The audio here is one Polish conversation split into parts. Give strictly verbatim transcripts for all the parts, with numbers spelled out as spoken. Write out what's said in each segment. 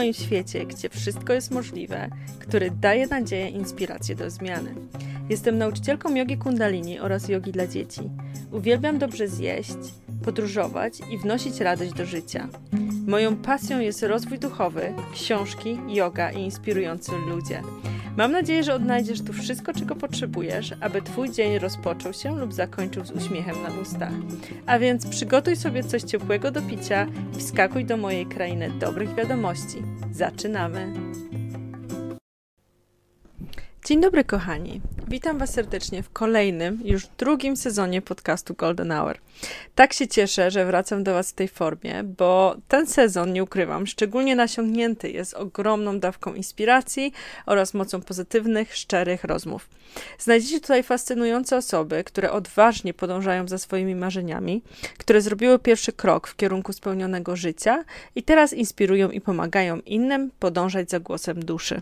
moim świecie, gdzie wszystko jest możliwe, który daje nadzieję i inspirację do zmiany. Jestem nauczycielką jogi kundalini oraz jogi dla dzieci. Uwielbiam dobrze zjeść, podróżować i wnosić radość do życia. Moją pasją jest rozwój duchowy, książki, joga i inspirujący ludzie. Mam nadzieję, że odnajdziesz tu wszystko, czego potrzebujesz, aby Twój dzień rozpoczął się lub zakończył z uśmiechem na ustach. A więc przygotuj sobie coś ciepłego do picia i wskakuj do mojej krainy dobrych wiadomości. Zaczynamy! Dzień dobry kochani, witam Was serdecznie w kolejnym, już drugim sezonie podcastu Golden Hour. Tak się cieszę, że wracam do Was w tej formie, bo ten sezon, nie ukrywam, szczególnie nasiągnięty jest ogromną dawką inspiracji oraz mocą pozytywnych, szczerych rozmów. Znajdziecie tutaj fascynujące osoby, które odważnie podążają za swoimi marzeniami, które zrobiły pierwszy krok w kierunku spełnionego życia i teraz inspirują i pomagają innym podążać za głosem duszy.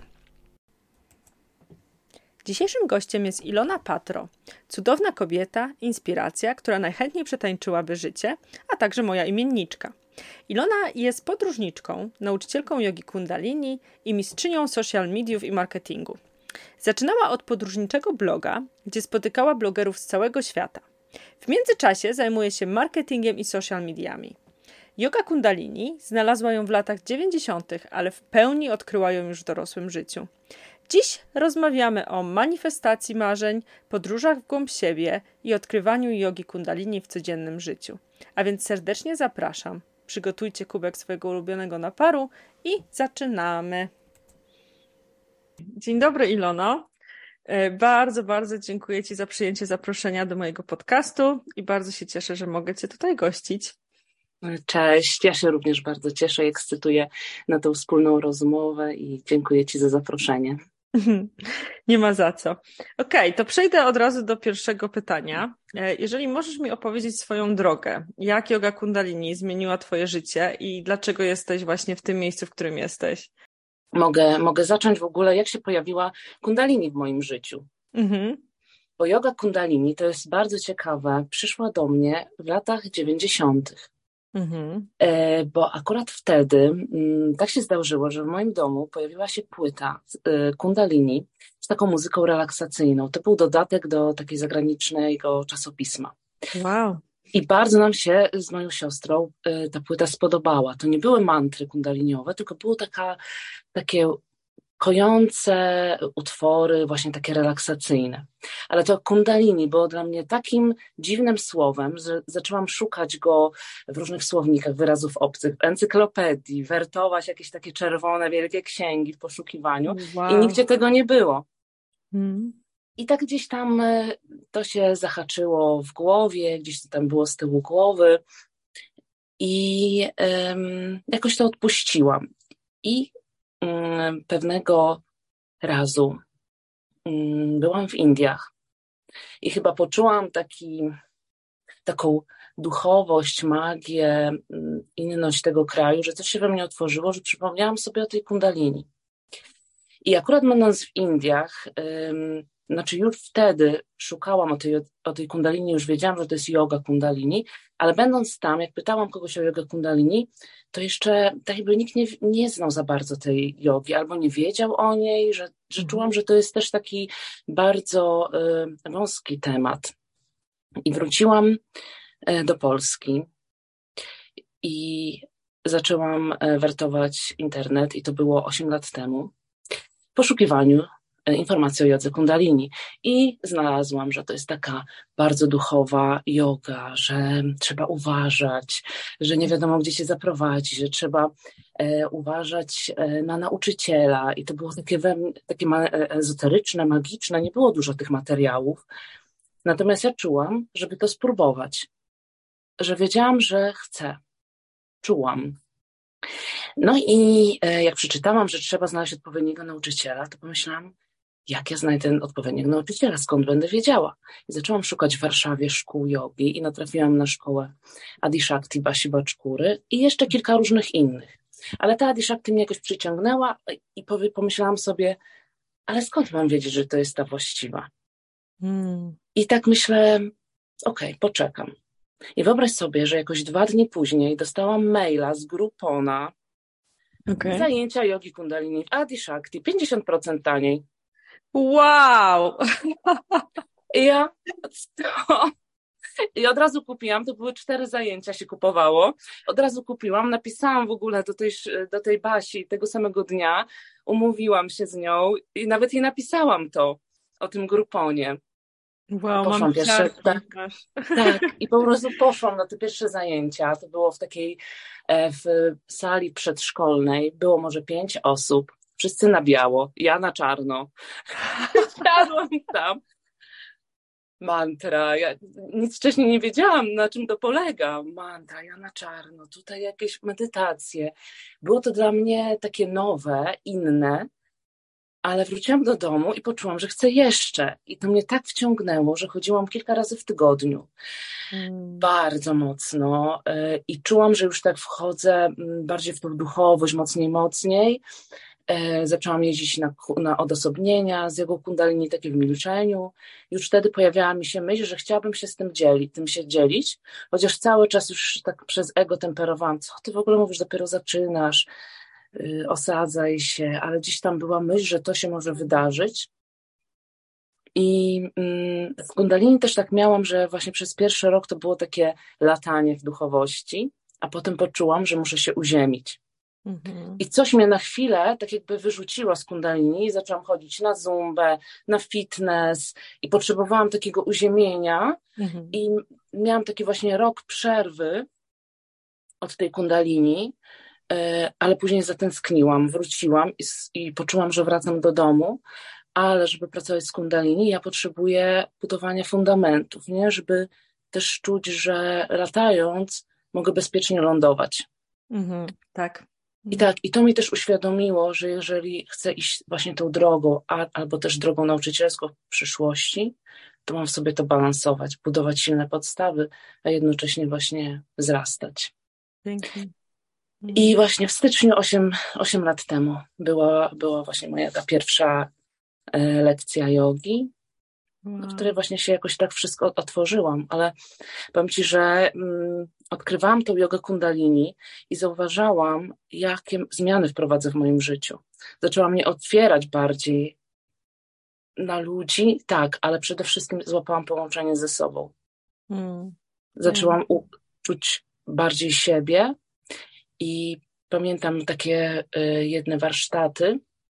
Dzisiejszym gościem jest Ilona Patro, cudowna kobieta, inspiracja, która najchętniej przetańczyłaby życie, a także moja imienniczka. Ilona jest podróżniczką, nauczycielką jogi kundalini i mistrzynią social mediów i marketingu. Zaczynała od podróżniczego bloga, gdzie spotykała blogerów z całego świata. W międzyczasie zajmuje się marketingiem i social mediami. Joga kundalini znalazła ją w latach dziewięćdziesiątych, ale w pełni odkryła ją już w dorosłym życiu. Dziś rozmawiamy o manifestacji marzeń, podróżach w głąb siebie i odkrywaniu jogi kundalini w codziennym życiu. A więc serdecznie zapraszam. Przygotujcie kubek swojego ulubionego naparu i zaczynamy. Dzień dobry Ilono. Bardzo, bardzo dziękuję Ci za przyjęcie zaproszenia do mojego podcastu i bardzo się cieszę, że mogę Cię tutaj gościć. Cześć, ja się również bardzo cieszę i ekscytuję na tę wspólną rozmowę i dziękuję Ci za zaproszenie. Nie ma za co. Okej, okay, to przejdę od razu do pierwszego pytania. Jeżeli możesz mi opowiedzieć swoją drogę, jak joga kundalini zmieniła Twoje życie i dlaczego jesteś właśnie w tym miejscu, w którym jesteś? Mogę, mogę zacząć w ogóle, jak się pojawiła kundalini w moim życiu. Mhm. Bo joga kundalini, to jest bardzo ciekawe, przyszła do mnie w latach dziewięćdziesiątych. Mhm. E, bo akurat wtedy m, tak się zdarzyło, że w moim domu pojawiła się płyta e, kundalini z taką muzyką relaksacyjną. To był dodatek do takiej zagranicznego czasopisma. Wow. I bardzo nam się z moją siostrą e, ta płyta spodobała. To nie były mantry kundaliniowe, tylko było taka, takie kojące utwory, właśnie takie relaksacyjne. Ale to kundalini było dla mnie takim dziwnym słowem, że zaczęłam szukać go w różnych słownikach wyrazów obcych, w encyklopedii, wertować jakieś takie czerwone, wielkie księgi w poszukiwaniu. Wow. I nigdzie tego nie było. Hmm. I tak gdzieś tam to się zahaczyło w głowie, gdzieś to tam było z tyłu głowy i um, jakoś to odpuściłam. I pewnego razu byłam w Indiach i chyba poczułam taki, taką duchowość, magię, inność tego kraju, że coś się we mnie otworzyło, że przypomniałam sobie o tej kundalini. I akurat będąc w Indiach, ym, znaczy już wtedy szukałam o tej, o tej kundalini, już wiedziałam, że to jest joga kundalini, ale będąc tam, jak pytałam kogoś o jogę kundalini, to jeszcze tak jakby nikt nie, nie znał za bardzo tej jogi, albo nie wiedział o niej, że, że czułam, że to jest też taki bardzo y, wąski temat. I wróciłam y, do Polski i zaczęłam y, wertować internet i to było osiem lat temu w poszukiwaniu informacji o jodze kundalini i znalazłam, że to jest taka bardzo duchowa joga, że trzeba uważać, że nie wiadomo gdzie się zaprowadzi, że trzeba e, uważać e, na nauczyciela i to było takie, we, takie ma, e, ezoteryczne, magiczne, nie było dużo tych materiałów, natomiast ja czułam, żeby to spróbować, że wiedziałam, że chcę, czułam. No i e, jak przeczytałam, że trzeba znaleźć odpowiedniego nauczyciela, to pomyślałam, jak ja znajdę ten odpowiedniego nauczyciela, skąd będę wiedziała. I zaczęłam szukać w Warszawie szkół jogi i natrafiłam na szkołę Adi Shakti Basi Baczkury i jeszcze kilka różnych innych. Ale ta Adi Shakti mnie jakoś przyciągnęła i pomyślałam sobie, ale skąd mam wiedzieć, że to jest ta właściwa? Hmm. I tak myślę, okej, okay, poczekam. I wyobraź sobie, że jakoś dwa dni później dostałam maila z Groupona, Okay. Zajęcia jogi kundalini w Adi Shakti, pięćdziesiąt procent taniej. Wow! I ja co? I od razu kupiłam, to były cztery zajęcia się kupowało. Od razu kupiłam, napisałam w ogóle do tej, do tej Basi tego samego dnia, umówiłam się z nią i nawet jej napisałam to o tym Grouponie. I Wow, mam poszłam pierwsze, ciarki. tak, tak, i po prostu poszłam na te pierwsze zajęcia. To było w takiej e, w sali przedszkolnej, było może pięć osób, wszyscy na biało, ja na czarno. Siadłam tam. Mantra, ja nic wcześniej nie wiedziałam, na czym to polega. Mantra, ja na czarno, tutaj jakieś medytacje. Było to dla mnie takie nowe, inne, ale wróciłam do domu i poczułam, że chcę jeszcze. I to mnie tak wciągnęło, że chodziłam kilka razy w tygodniu. Mm. Bardzo mocno. I czułam, że już tak wchodzę bardziej w tą duchowość, mocniej, mocniej. Zaczęłam jeździć na, na odosobnienia z jego kundalini, takie w milczeniu. Już wtedy pojawiała mi się myśl, że chciałabym się z tym dzielić, tym się dzielić, chociaż cały czas już tak przez ego temperowałam, co ty w ogóle mówisz, dopiero zaczynasz, yy, osadzaj się, ale gdzieś tam była myśl, że to się może wydarzyć. I yy, w kundalini też tak miałam, że właśnie przez pierwszy rok to było takie latanie w duchowości, a potem poczułam, że muszę się uziemić. Mhm. I coś mnie na chwilę tak jakby wyrzuciło z kundalini i zaczęłam chodzić na zumbę, na fitness i potrzebowałam takiego uziemienia. Mhm. I miałam taki właśnie rok przerwy od tej kundalini, ale później zatęskniłam, wróciłam i, i poczułam, że wracam do domu, ale żeby pracować z kundalini, ja potrzebuję budowania fundamentów, nie? Żeby też czuć, że latając mogę bezpiecznie lądować. Mhm, tak. I tak, i to mi też uświadomiło, że jeżeli chcę iść właśnie tą drogą, a, albo też drogą nauczycielską w przyszłości, to mam w sobie to balansować, budować silne podstawy, a jednocześnie właśnie wzrastać. Pięknie. Mhm. I właśnie w styczniu, osiem lat temu, była, była właśnie moja ta pierwsza e, lekcja jogi, wow. w której właśnie się jakoś tak wszystko otworzyłam, ale powiem Ci, że mm, odkrywałam tą jogę kundalini i zauważałam, jakie zmiany wprowadzę w moim życiu. Zaczęła mnie otwierać bardziej na ludzi, tak, ale przede wszystkim złapałam połączenie ze sobą. Mm. Zaczęłam u- czuć bardziej siebie i pamiętam takie y, jedne warsztaty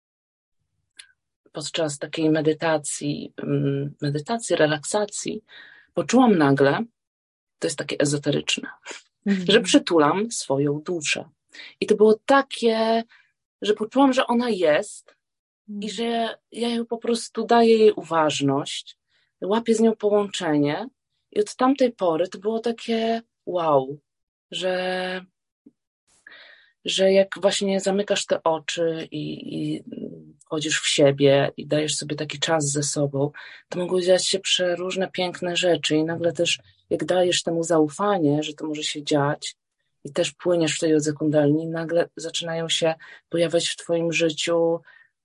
podczas takiej medytacji, y, medytacji, relaksacji, poczułam nagle, to jest takie ezoteryczne, mhm. że przytulam swoją duszę. I to było takie, że poczułam, że ona jest mhm. i że ja ją po prostu daję jej uważność, łapię z nią połączenie i od tamtej pory to było takie wow, że, że jak właśnie zamykasz te oczy i, i wchodzisz w siebie i dajesz sobie taki czas ze sobą, to mogą dziać się przeróżne piękne rzeczy i nagle też jak dajesz temu zaufanie, że to może się dziać i też płyniesz w tej jodze kundalini, nagle zaczynają się pojawiać w twoim życiu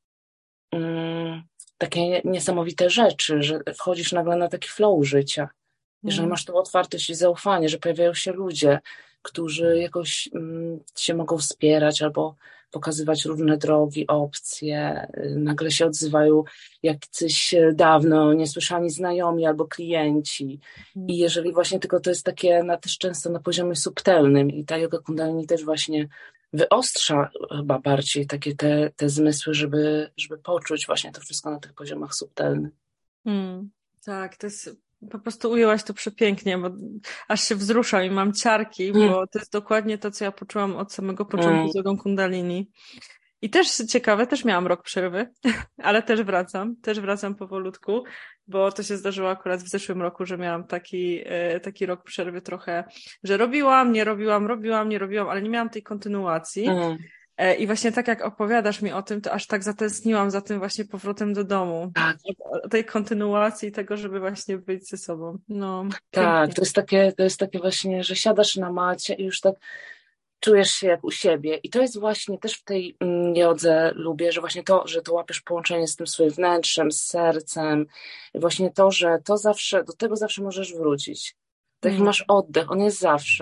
um, takie niesamowite rzeczy, że wchodzisz nagle na taki flow życia. Jeżeli mm. masz tą otwartość i zaufanie, że pojawiają się ludzie, którzy jakoś um, cię mogą wspierać albo pokazywać różne drogi, opcje, nagle się odzywają jacyś dawno niesłyszani znajomi albo klienci. I jeżeli właśnie tylko to jest takie na, też często na poziomie subtelnym i ta joga kundalini też właśnie wyostrza chyba bardziej takie te, te zmysły, żeby, żeby poczuć właśnie to wszystko na tych poziomach subtelnych. Hmm, tak, to jest po prostu ujęłaś to przepięknie, bo aż się wzruszam i mam ciarki, mm. bo to jest dokładnie to, co ja poczułam od samego początku mm. z jogą kundalini. I też ciekawe, też miałam rok przerwy, ale też wracam, też wracam powolutku, bo to się zdarzyło akurat w zeszłym roku, że miałam taki, taki rok przerwy trochę, że robiłam, nie robiłam, robiłam, nie robiłam, ale nie miałam tej kontynuacji. Mm. I właśnie tak jak opowiadasz mi o tym, to aż tak zatęskniłam za tym właśnie powrotem do domu. Tak. O tej kontynuacji tego, żeby właśnie być ze sobą. No, tak, pięknie. to jest takie, to jest takie właśnie, że siadasz na macie i już tak czujesz się jak u siebie. I to jest właśnie też w tej jodze lubię, że właśnie to, że to łapiesz połączenie z tym swoim wnętrzem, z sercem. I właśnie to, że to zawsze, do tego zawsze możesz wrócić. Tak jak mm. masz oddech, on jest zawsze.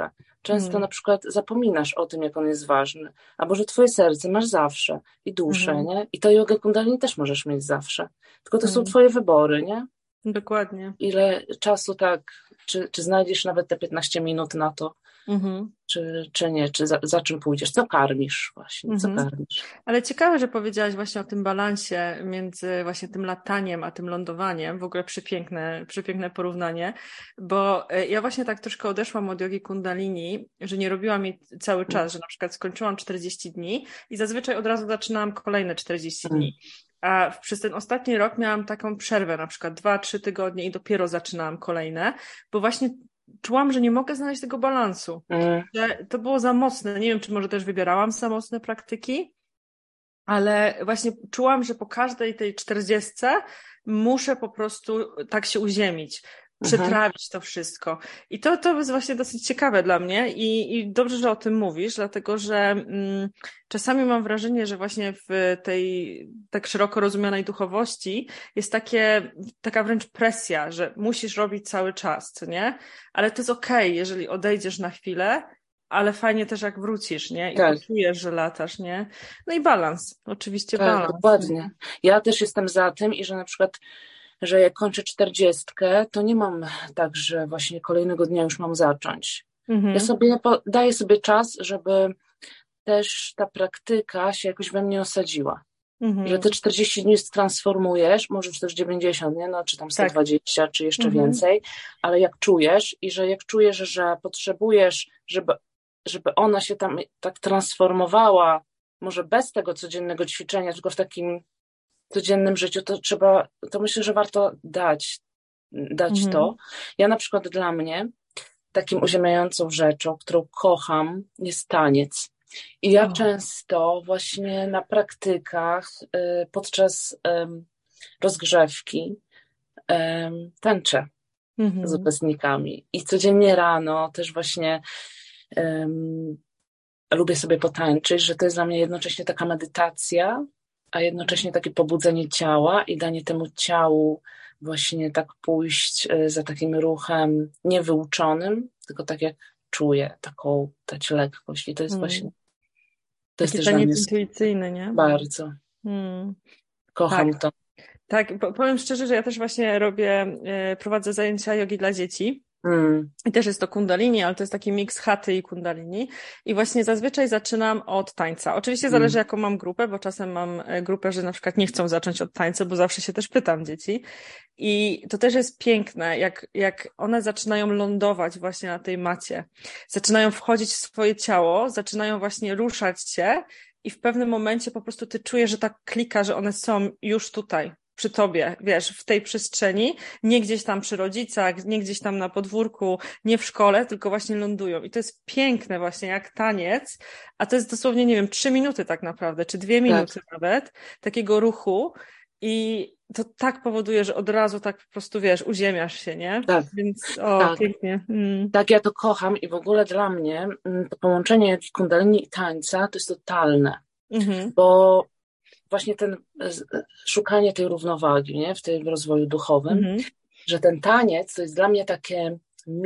Często Mm. na przykład zapominasz o tym, jak on jest ważny, albo że twoje serce masz zawsze i duszę, Mhm. nie? I to jogę kundalini też możesz mieć zawsze. Tylko to są Mm. twoje wybory, nie? Dokładnie. Ile czasu tak, czy, czy znajdziesz nawet te piętnaście minut na to, Mhm. czy, czy nie, czy za, za czym pójdziesz, co karmisz właśnie, co Mhm. karmisz. Ale ciekawe, że powiedziałaś właśnie o tym balansie między właśnie tym lataniem a tym lądowaniem. W ogóle przepiękne, przepiękne porównanie, bo e, ja właśnie tak troszkę odeszłam od jogi kundalini, że nie robiłam jej cały czas, że na przykład skończyłam czterdzieści dni i zazwyczaj od razu zaczynałam kolejne czterdzieści Mm. dni. A przez ten ostatni rok miałam taką przerwę, na przykład dwa, trzy tygodnie i dopiero zaczynałam kolejne, bo właśnie czułam, że nie mogę znaleźć tego balansu. Mm. Że to było za mocne. Nie wiem, czy może też wybierałam za mocne praktyki, ale właśnie czułam, że po każdej tej czterdziestce muszę po prostu tak się uziemić, Mhm. przetrawić to wszystko. I to, to jest właśnie dosyć ciekawe dla mnie i, i dobrze, że o tym mówisz, dlatego że mm, czasami mam wrażenie, że właśnie w tej tak szeroko rozumianej duchowości jest takie, taka wręcz presja, że musisz robić cały czas, co nie? Ale to jest okej, jeżeli odejdziesz na chwilę, ale fajnie też jak wrócisz, nie? I Tak, poczujesz, że latasz, nie? No i balans, oczywiście tak, balans. Nie? dokładnie. Ja też jestem za tym i że na przykład, że jak kończę czterdziestkę, to nie mam tak, że właśnie kolejnego dnia już mam zacząć. Ja Mhm, sobie po, daję sobie czas, żeby też ta praktyka się jakoś we mnie osadziła. Że te mhm, czterdzieści dni transformujesz, może już też dziewięćdziesiąt, nie? No, czy tam sto tak. dwadzieścia, czy jeszcze Mhm, więcej, ale jak czujesz i że jak czujesz, że potrzebujesz, żeby, żeby ona się tam tak transformowała, może bez tego codziennego ćwiczenia, tylko w takim codziennym życiu, to trzeba, to myślę, że warto dać, dać to. mhm. Ja na przykład dla mnie takim uziemiającą rzeczą, którą kocham, jest taniec. I ja O, często właśnie na praktykach y, podczas em, rozgrzewki em, tańczę z mhm, uczestnikami. I codziennie rano też właśnie em, lubię sobie potańczyć, że to jest dla mnie jednocześnie taka medytacja, a jednocześnie takie pobudzenie ciała i danie temu ciału właśnie tak pójść y, za takim ruchem niewyuczonym, tylko tak jak czuję, taką dać lekkość. I to jest właśnie, mhm. to jest Taki też dla mnie taniec intuicyjny, nie? bardzo. Mm. Tak, Kocham to. tak. Po- Powiem szczerze, że ja też właśnie robię, e, prowadzę zajęcia jogi dla dzieci. Mm, I też jest to kundalini, ale to jest taki miks chaty i kundalini. I właśnie zazwyczaj zaczynam od tańca. Oczywiście zależy, mm, jaką mam grupę, bo czasem mam e, grupę, że na przykład nie chcą zacząć od tańca, bo zawsze się też pytam dzieci. I to też jest piękne, jak, jak one zaczynają lądować właśnie na tej macie. Zaczynają wchodzić w swoje ciało, zaczynają właśnie ruszać się i w pewnym momencie po prostu ty czujesz, że tak klika, że one są już tutaj, przy tobie, wiesz, w tej przestrzeni, nie gdzieś tam przy rodzicach, nie gdzieś tam na podwórku, nie w szkole, tylko właśnie lądują. I to jest piękne właśnie, jak taniec, a to jest dosłownie, nie wiem, trzy minuty tak naprawdę, czy dwie tak, minuty nawet, takiego ruchu i to tak powoduje, że od razu tak po prostu, wiesz, uziemiasz się, nie? tak, Więc, o, tak. pięknie. Mm. Tak, ja to kocham i w ogóle dla mnie mm, to połączenie jogi kundalini i tańca to jest totalne, Mhm. bo właśnie ten z- szukanie tej równowagi, nie, w tym rozwoju duchowym, Mhm. że ten taniec to jest dla mnie takie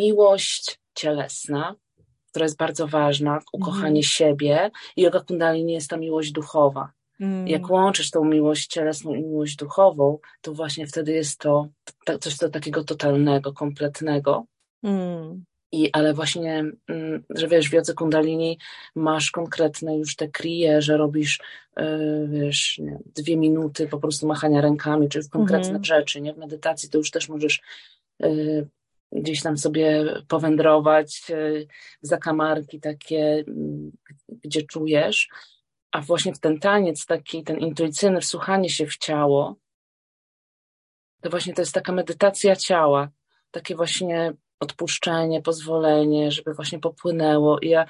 miłość cielesna, która jest bardzo ważna, ukochanie Mhm. siebie i joga kundalini jest ta miłość duchowa. Jak Mm. łączysz tą miłość cielesną i miłość duchową, to właśnie wtedy jest to to- coś to takiego totalnego, kompletnego. Mm. I, ale właśnie, mm, że wiesz, w jodze kundalini masz konkretne już te krije, że robisz, yy, wiesz, nie, dwie minuty po prostu machania rękami, czy konkretne Mhm. rzeczy, nie? W medytacji to już też możesz yy, gdzieś tam sobie powędrować yy, w zakamarki takie, yy, gdzie czujesz, a właśnie w ten taniec taki, ten intuicyjny, wsłuchanie się w ciało, to właśnie to jest taka medytacja ciała, takie właśnie odpuszczenie, pozwolenie, żeby właśnie popłynęło. I ja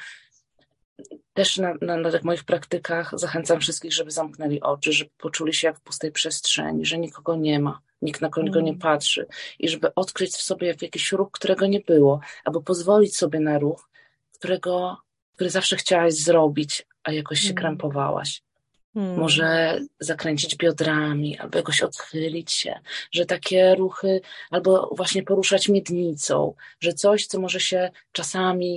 też na, na, na tych moich praktykach zachęcam wszystkich, żeby zamknęli oczy, żeby poczuli się jak w pustej przestrzeni, że nikogo nie ma, nikt na kogo nie Mm. patrzy i żeby odkryć w sobie jakiś ruch, którego nie było, albo pozwolić sobie na ruch, którego, który zawsze chciałaś zrobić, a jakoś się Mm. krępowałaś. Mm. Może zakręcić biodrami, albo jakoś odchylić się, że takie ruchy, albo właśnie poruszać miednicą, że coś, co może się czasami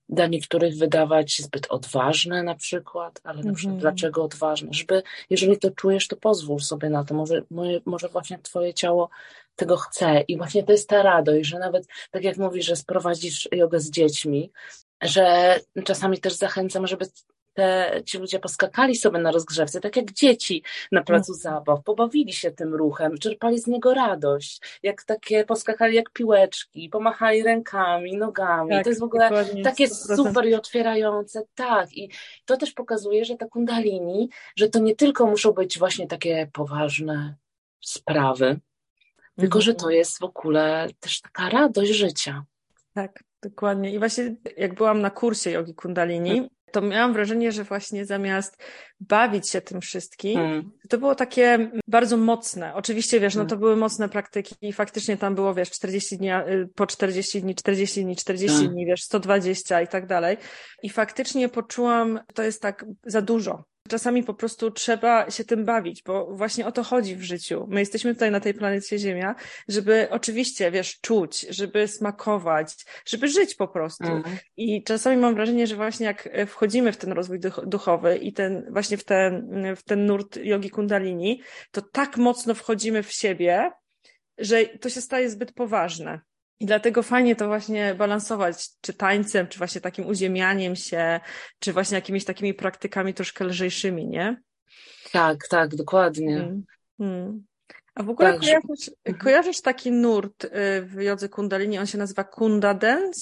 dla niektórych wydawać zbyt odważne na przykład, ale na przykład Mhm. dlaczego odważne? Żeby, jeżeli to czujesz, to pozwól sobie na to. Może, moje- może właśnie twoje ciało tego chce. I właśnie to jest ta radość, że nawet, tak jak mówisz, że sprowadzisz jogę z dziećmi, że czasami też zachęcam, żeby te, ci ludzie poskakali sobie na rozgrzewce, tak jak dzieci na placu zabaw, pobawili się tym ruchem, czerpali z niego radość, jak takie poskakali jak piłeczki, pomachali rękami, nogami. To Tak, jest w ogóle dokładnie, takie sto procent. super i otwierające, tak. I to też pokazuje, że ta kundalini, że to nie tylko muszą być właśnie takie poważne sprawy, tylko że to jest w ogóle też taka radość życia. Tak, dokładnie. I właśnie jak byłam na kursie jogi kundalini, to miałam wrażenie, że właśnie zamiast bawić się tym wszystkim, Mm. to było takie bardzo mocne. Oczywiście, wiesz, no to Mm. były mocne praktyki i faktycznie tam było, wiesz, czterdzieści dni, y, po czterdzieści dni, czterdzieści dni, czterdzieści Tak. dni, wiesz, sto dwadzieścia i tak dalej. I faktycznie poczułam, to jest tak za dużo. Czasami po prostu trzeba się tym bawić, bo właśnie o to chodzi w życiu. My jesteśmy tutaj na tej planecie Ziemia, żeby oczywiście, wiesz, czuć, żeby smakować, żeby żyć po prostu. Mm. I czasami mam wrażenie, że właśnie jak wchodzimy w ten rozwój duch- duchowy i ten, właśnie w ten, w ten nurt jogi kundalini, to tak mocno wchodzimy w siebie, że to się staje zbyt poważne. I dlatego fajnie to właśnie balansować, czy tańcem, czy właśnie takim uziemianiem się, czy właśnie jakimiś takimi praktykami troszkę lżejszymi, nie? Tak, tak, dokładnie. Mm. Mm. A w ogóle Tak, że... kojarzysz, kojarzysz taki nurt y, w jodze kundalini, on się nazywa Kunda Dance?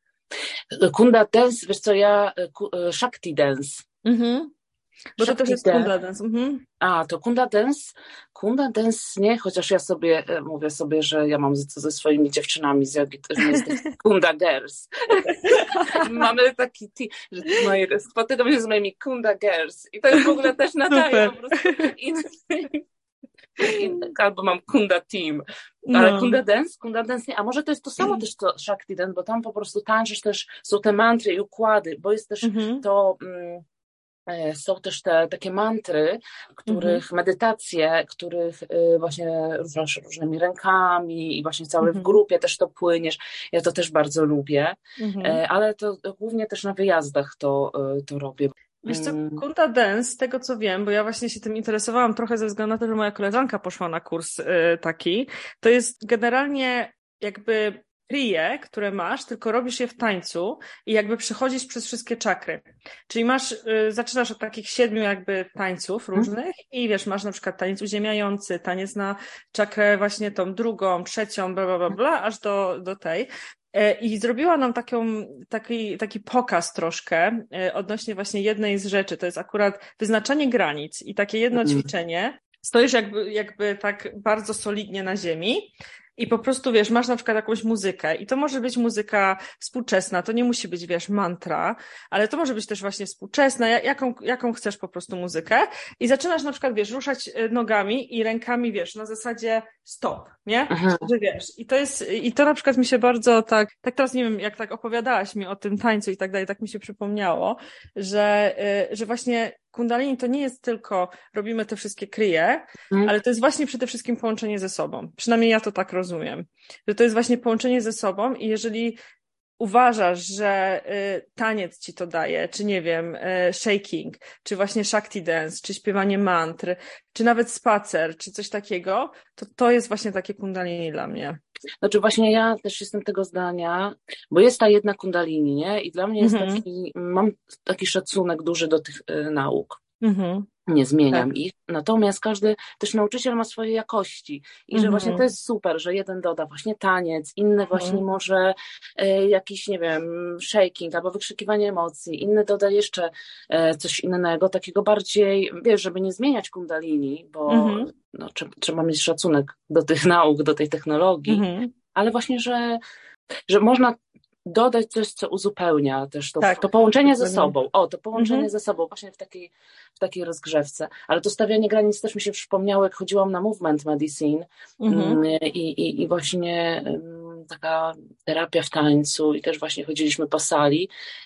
Kunda Dance, wiesz co, ja ku- Shakti Dance. Mhm. Bo to też Shakti jest Dance. Kunda Dance. Mhm. A, to Kunda Dance. Kunda Dance nie, chociaż ja sobie e, mówię sobie, że ja mam ze, ze swoimi dziewczynami z jogi, że my jesteśmy Kunda Girls. Mamy taki team, że moje, spotykam się z moimi Kunda Girls i to jest w ogóle też nadaje po prostu inny, inny, albo mam Kunda Team. Ale No. Kunda Dance, Kunda Dance nie, a może to jest to samo też co Shakti Dance, bo tam po prostu tańczysz też, są te mantry i układy, bo jest też Mhm. to... Mm, e, są też te takie mantry, których Mhm. medytacje, których y, właśnie różnisz różnymi rękami i właśnie cały w Mhm. grupie też to płyniesz. Ja to też bardzo lubię, Mhm. e, ale to głównie też na wyjazdach to, y, to robię. Wiesz co, Mm. Kunda Dance, z tego co wiem, bo ja właśnie się tym interesowałam trochę ze względu na to, że moja koleżanka poszła na kurs y, taki, to jest generalnie jakby kriye, które masz, tylko robisz je w tańcu i jakby przechodzisz przez wszystkie czakry. Czyli masz, y, zaczynasz od takich siedmiu jakby tańców różnych i wiesz, masz na przykład taniec uziemiający, taniec na czakrę właśnie tą drugą, trzecią, bla, bla, bla, bla, aż do, do tej. I zrobiła nam taką, taki, taki pokaz troszkę odnośnie właśnie jednej z rzeczy. To jest akurat wyznaczanie granic i takie jedno ćwiczenie. Stoisz jakby, jakby tak bardzo solidnie na ziemi i po prostu, wiesz, masz na przykład jakąś muzykę i to może być muzyka współczesna, to nie musi być, wiesz, mantra, ale to może być też właśnie współczesna, jaką, jaką chcesz po prostu muzykę i zaczynasz na przykład, wiesz, ruszać nogami i rękami, wiesz, na zasadzie stop, nie? Aha. Że wiesz, i to jest, i to na przykład mi się bardzo tak, tak teraz nie wiem, jak tak opowiadałaś mi o tym tańcu i tak dalej, tak mi się przypomniało, że, że właśnie kundalini to nie jest tylko robimy te wszystkie kryje, Mm. ale to jest właśnie przede wszystkim połączenie ze sobą. Przynajmniej ja to tak rozumiem. Że to jest właśnie połączenie ze sobą i jeżeli uważasz, że y, taniec ci to daje, czy nie wiem, y, shaking, czy właśnie shakti dance, czy śpiewanie mantr, czy nawet spacer, czy coś takiego, to to jest właśnie takie kundalini dla mnie. Znaczy właśnie ja też jestem tego zdania, bo jest ta jedna kundalini, nie? I dla mnie jest Mhm. taki, mam taki szacunek duży do tych y, nauk. Mhm. Nie zmieniam Tak. ich, natomiast każdy też nauczyciel ma swoje jakości i że Mhm. właśnie to jest super, że jeden doda właśnie taniec, inny Mhm. właśnie może e, jakiś, nie wiem, shaking albo wykrzykiwanie emocji, inny doda jeszcze e, coś innego, takiego bardziej, wiesz, żeby nie zmieniać kundalini, bo Mhm. no, trzeba, trzeba mieć szacunek do tych nauk, do tej technologii, Mhm. ale właśnie, że, że można dodać coś, co uzupełnia też to, Tak, to połączenie ze dokładnie. sobą. O, to połączenie Mhm. ze sobą właśnie w takiej, w takiej rozgrzewce. Ale to stawianie granic też mi się przypomniało, jak chodziłam na movement medicine Mhm. mm, i, i, i właśnie mm, taka terapia w tańcu i też właśnie chodziliśmy po sali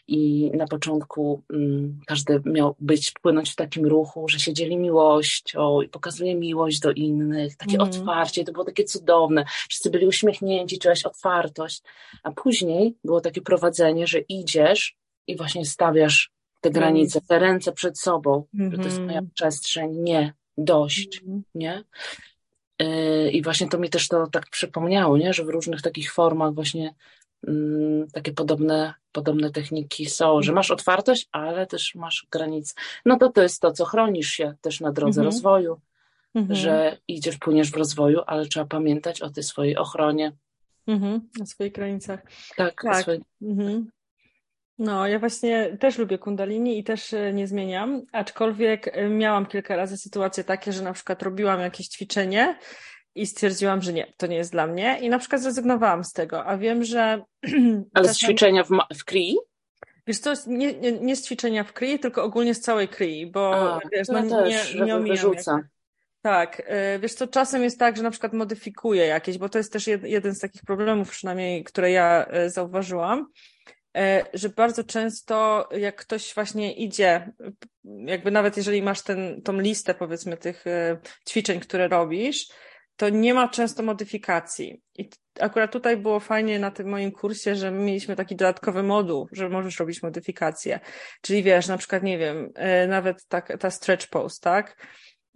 i na początku mm, każdy miał być, płynąć w takim ruchu, że się dzieli miłością i pokazuje miłość do innych, takie Mhm. otwarcie, to było takie cudowne. Wszyscy byli uśmiechnięci, czułaś otwartość, a później było takie prowadzenie, że idziesz i właśnie stawiasz te granice, te ręce przed sobą, mm-hmm. że to jest moja przestrzeń, nie, dość, mm-hmm. nie? Yy, I właśnie to mi też to tak przypomniało, nie? Że w różnych takich formach właśnie yy, takie podobne, podobne techniki są, że masz otwartość, ale też masz granice. No to to jest to, co chronisz się też na drodze mm-hmm. rozwoju, mm-hmm. że idziesz, płyniesz w rozwoju, ale trzeba pamiętać o tej swojej ochronie. Mm-hmm. O swoich granicach. Tak. tak. Swoje... Mm-hmm. No, ja właśnie też lubię kundalini i też nie zmieniam, aczkolwiek miałam kilka razy sytuacje takie, że na przykład robiłam jakieś ćwiczenie i stwierdziłam, że nie, to nie jest dla mnie i na przykład zrezygnowałam z tego, a wiem, że... Ale z ćwiczenia w, ma- w kryi? Wiesz co, nie, nie, nie z ćwiczenia w kryi, tylko ogólnie z całej kryi, bo a, wiesz, no no też, nie, nie omijam. Jak... Tak, wiesz co, czasem jest tak, że na przykład modyfikuję jakieś, bo to jest też jed, jeden z takich problemów przynajmniej, które ja zauważyłam, że bardzo często jak ktoś właśnie idzie, jakby nawet jeżeli masz ten, tą listę powiedzmy tych ćwiczeń, które robisz, to nie ma często modyfikacji. I akurat tutaj było fajnie na tym moim kursie, że mieliśmy taki dodatkowy moduł, że możesz robić modyfikacje. Czyli wiesz, na przykład, nie wiem, nawet ta, ta stretch pose, tak?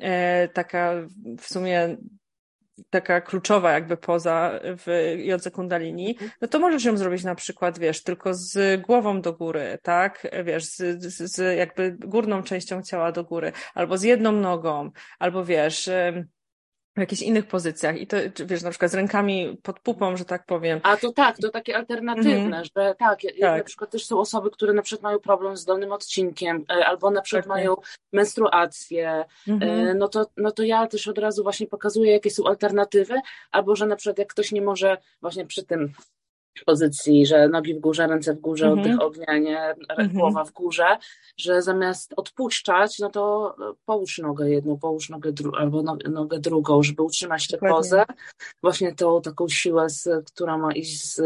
Taka w sumie taka kluczowa jakby poza w jodze kundalini, no to możesz ją zrobić na przykład, wiesz, tylko z głową do góry, tak? Wiesz, z, z, z jakby górną częścią ciała do góry, albo z jedną nogą, albo wiesz, w jakichś innych pozycjach i to, wiesz, na przykład z rękami pod pupą, że tak powiem. A to tak, to takie alternatywne, mm-hmm. że tak, tak, na przykład też są osoby, które na przykład mają problem z dolnym odcinkiem, albo na przykład tak, mają menstruację, mm-hmm. no, to, no to ja też od razu właśnie pokazuję, jakie są alternatywy, albo że na przykład jak ktoś nie może właśnie przy tym pozycji, że nogi w górze, ręce w górze, mm-hmm. oddech ognia, nie, mm-hmm. głowa w górze, że zamiast odpuszczać, no to połóż nogę jedną, połóż nogę dru- albo no, nogę drugą, żeby utrzymać tę pozę. Właśnie tą taką siłę, z, która ma iść z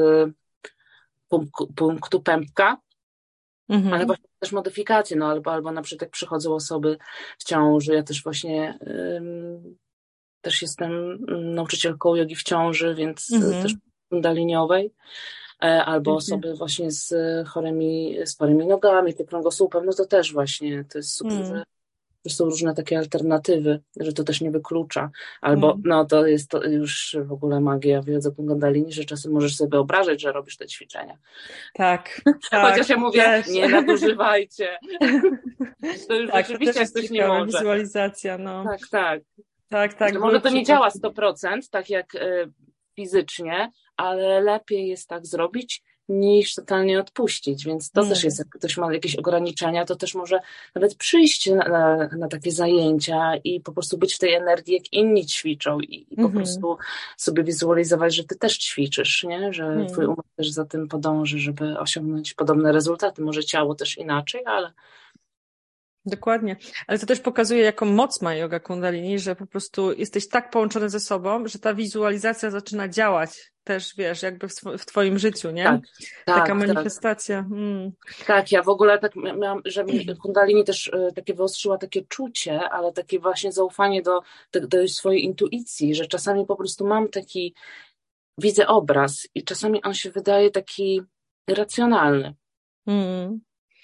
punktu, punktu pępka, mm-hmm. ale właśnie też modyfikacje, no albo, albo na przykład jak przychodzą osoby w ciąży, ja też właśnie ym, też jestem nauczycielką jogi w ciąży, więc mm-hmm. też kundaliniowej, albo mhm. osoby właśnie z chorymi, z chorymi nogami, kręgosłupem, no to też właśnie to jest super, mm. że, że są różne takie alternatywy, że to też nie wyklucza. Albo mm. no to jest to już w ogóle magia w jodze kundalini, że czasem możesz sobie wyobrażać, że robisz te ćwiczenia. Tak. Chociaż tak, ja mówię, też. nie nadużywajcie. To już tak, rzeczywiście to ktoś nie może. Wizualizacja, no. Tak, tak. Tak, tak. Że może to nie działa sto procent, tak jak y, fizycznie, ale lepiej jest tak zrobić, niż totalnie odpuścić, więc to mm. też jest, jak ktoś ma jakieś ograniczenia, to też może nawet przyjść na, na, na takie zajęcia i po prostu być w tej energii, jak inni ćwiczą i, i mm-hmm. po prostu sobie wizualizować, że ty też ćwiczysz, nie? Że mm. twój umysł też za tym podąży, żeby osiągnąć podobne rezultaty. Może ciało też inaczej, ale Dokładnie, ale to też pokazuje, jaką moc ma yoga kundalini, że po prostu jesteś tak połączony ze sobą, że ta wizualizacja zaczyna działać też, wiesz, jakby w, sw- w twoim życiu, nie? Tak, Taka tak, manifestacja. Tak. Mm. tak, ja w ogóle tak miałam, że mi kundalini też takie wyostrzyła takie czucie, ale takie właśnie zaufanie do, do, do swojej intuicji, że czasami po prostu mam taki, widzę obraz i czasami on się wydaje taki racjonalny. Mm.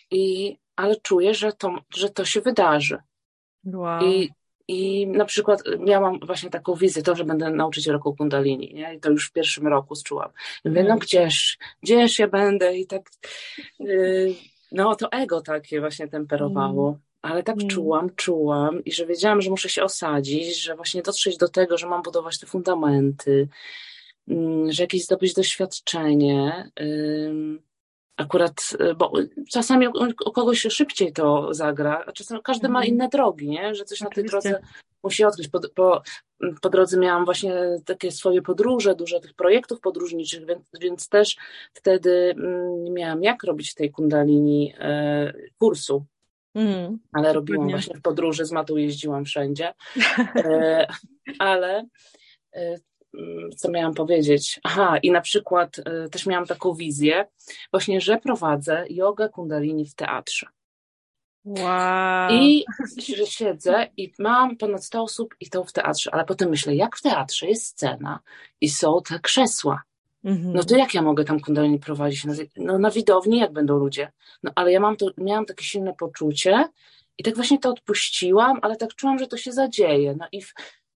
I ale czuję, że to, że to się wydarzy. Wow. I, I na przykład miałam właśnie taką wizję, to, że będę nauczycielką kundalini, nie? I to już w pierwszym roku czułam. I mówię, no gdzież, gdzież ja będę? I tak, yy, no to ego takie właśnie temperowało. Mm. Ale tak mm. czułam, czułam i że wiedziałam, że muszę się osadzić, że właśnie dotrzeć do tego, że mam budować te fundamenty, yy, że jakieś zdobyć doświadczenie, yy, Akurat, bo czasami u kogoś szybciej to zagra, a czasami każdy ma inne drogi, nie? Że coś Oczywiście. Na tej drodze musi odkryć. Po, po, po drodze miałam właśnie takie swoje podróże, dużo tych projektów podróżniczych, więc, więc też wtedy nie miałam jak robić w tej kundalini e, kursu. Mm, ale robiłam pewnie. Właśnie w podróży, z matą jeździłam wszędzie. E, ale e, co miałam powiedzieć? Aha, i na przykład y, też miałam taką wizję właśnie, że prowadzę jogę kundalini w teatrze. Wow. I że siedzę i mam ponad sto osób i to w teatrze, ale potem myślę, jak w teatrze jest scena i są te krzesła. No to Mhm. jak ja mogę tam kundalini prowadzić? Na- No na widowni, jak będą ludzie. No ale ja mam to, miałam takie silne poczucie i tak właśnie to odpuściłam, ale tak czułam, że to się zadzieje. No i w,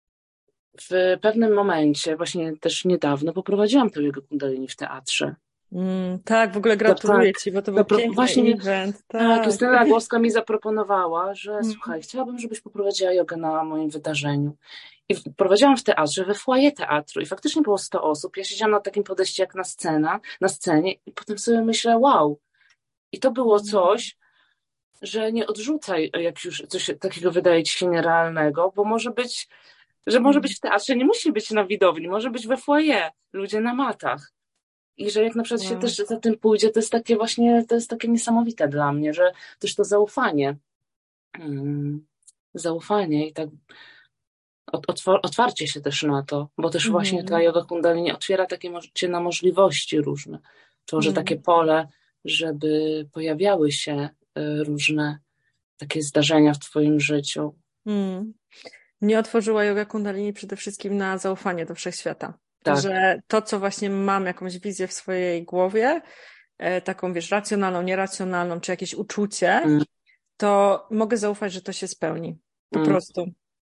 w pewnym momencie, właśnie też niedawno, poprowadziłam to jego kundalini w teatrze. Mm, tak, w ogóle To tak, gratuluję ci, bo to był zapro- piękny właśnie mi, event. tak, Tak. Justyna Głoska mi zaproponowała, że Mm. słuchaj, chciałabym, żebyś poprowadziła jogę na moim wydarzeniu. I w- prowadziłam w teatrze, we foyer teatru i faktycznie było sto osób. Ja siedziałam na takim podejściu jak na scena, na scenie i potem sobie myślę, wow. I to było coś, że nie odrzucaj, jak już coś takiego wydaje ci się nierealnego, bo może być, że może być Mm. w teatrze, nie musi być na widowni, może być we foyer, ludzie na matach. I że jak na przykład się Wow. też za tym pójdzie, to jest takie właśnie, to jest takie niesamowite dla mnie, że też to zaufanie, mm, zaufanie i tak ot- otwor- otwarcie się też na to, bo też właśnie ta Mhm. joga kundalini otwiera takie moż- cię na możliwości różne, tworzy takie Mm. pole, żeby pojawiały się y, różne takie zdarzenia w twoim życiu. Mm. Mnie otworzyła yoga kundalini przede wszystkim na zaufanie do wszechświata. Tak. Że to, co właśnie mam, jakąś wizję w swojej głowie, e, taką, wiesz, racjonalną, nieracjonalną, czy jakieś uczucie, Mm, to mogę zaufać, że to się spełni. Po mm, prostu.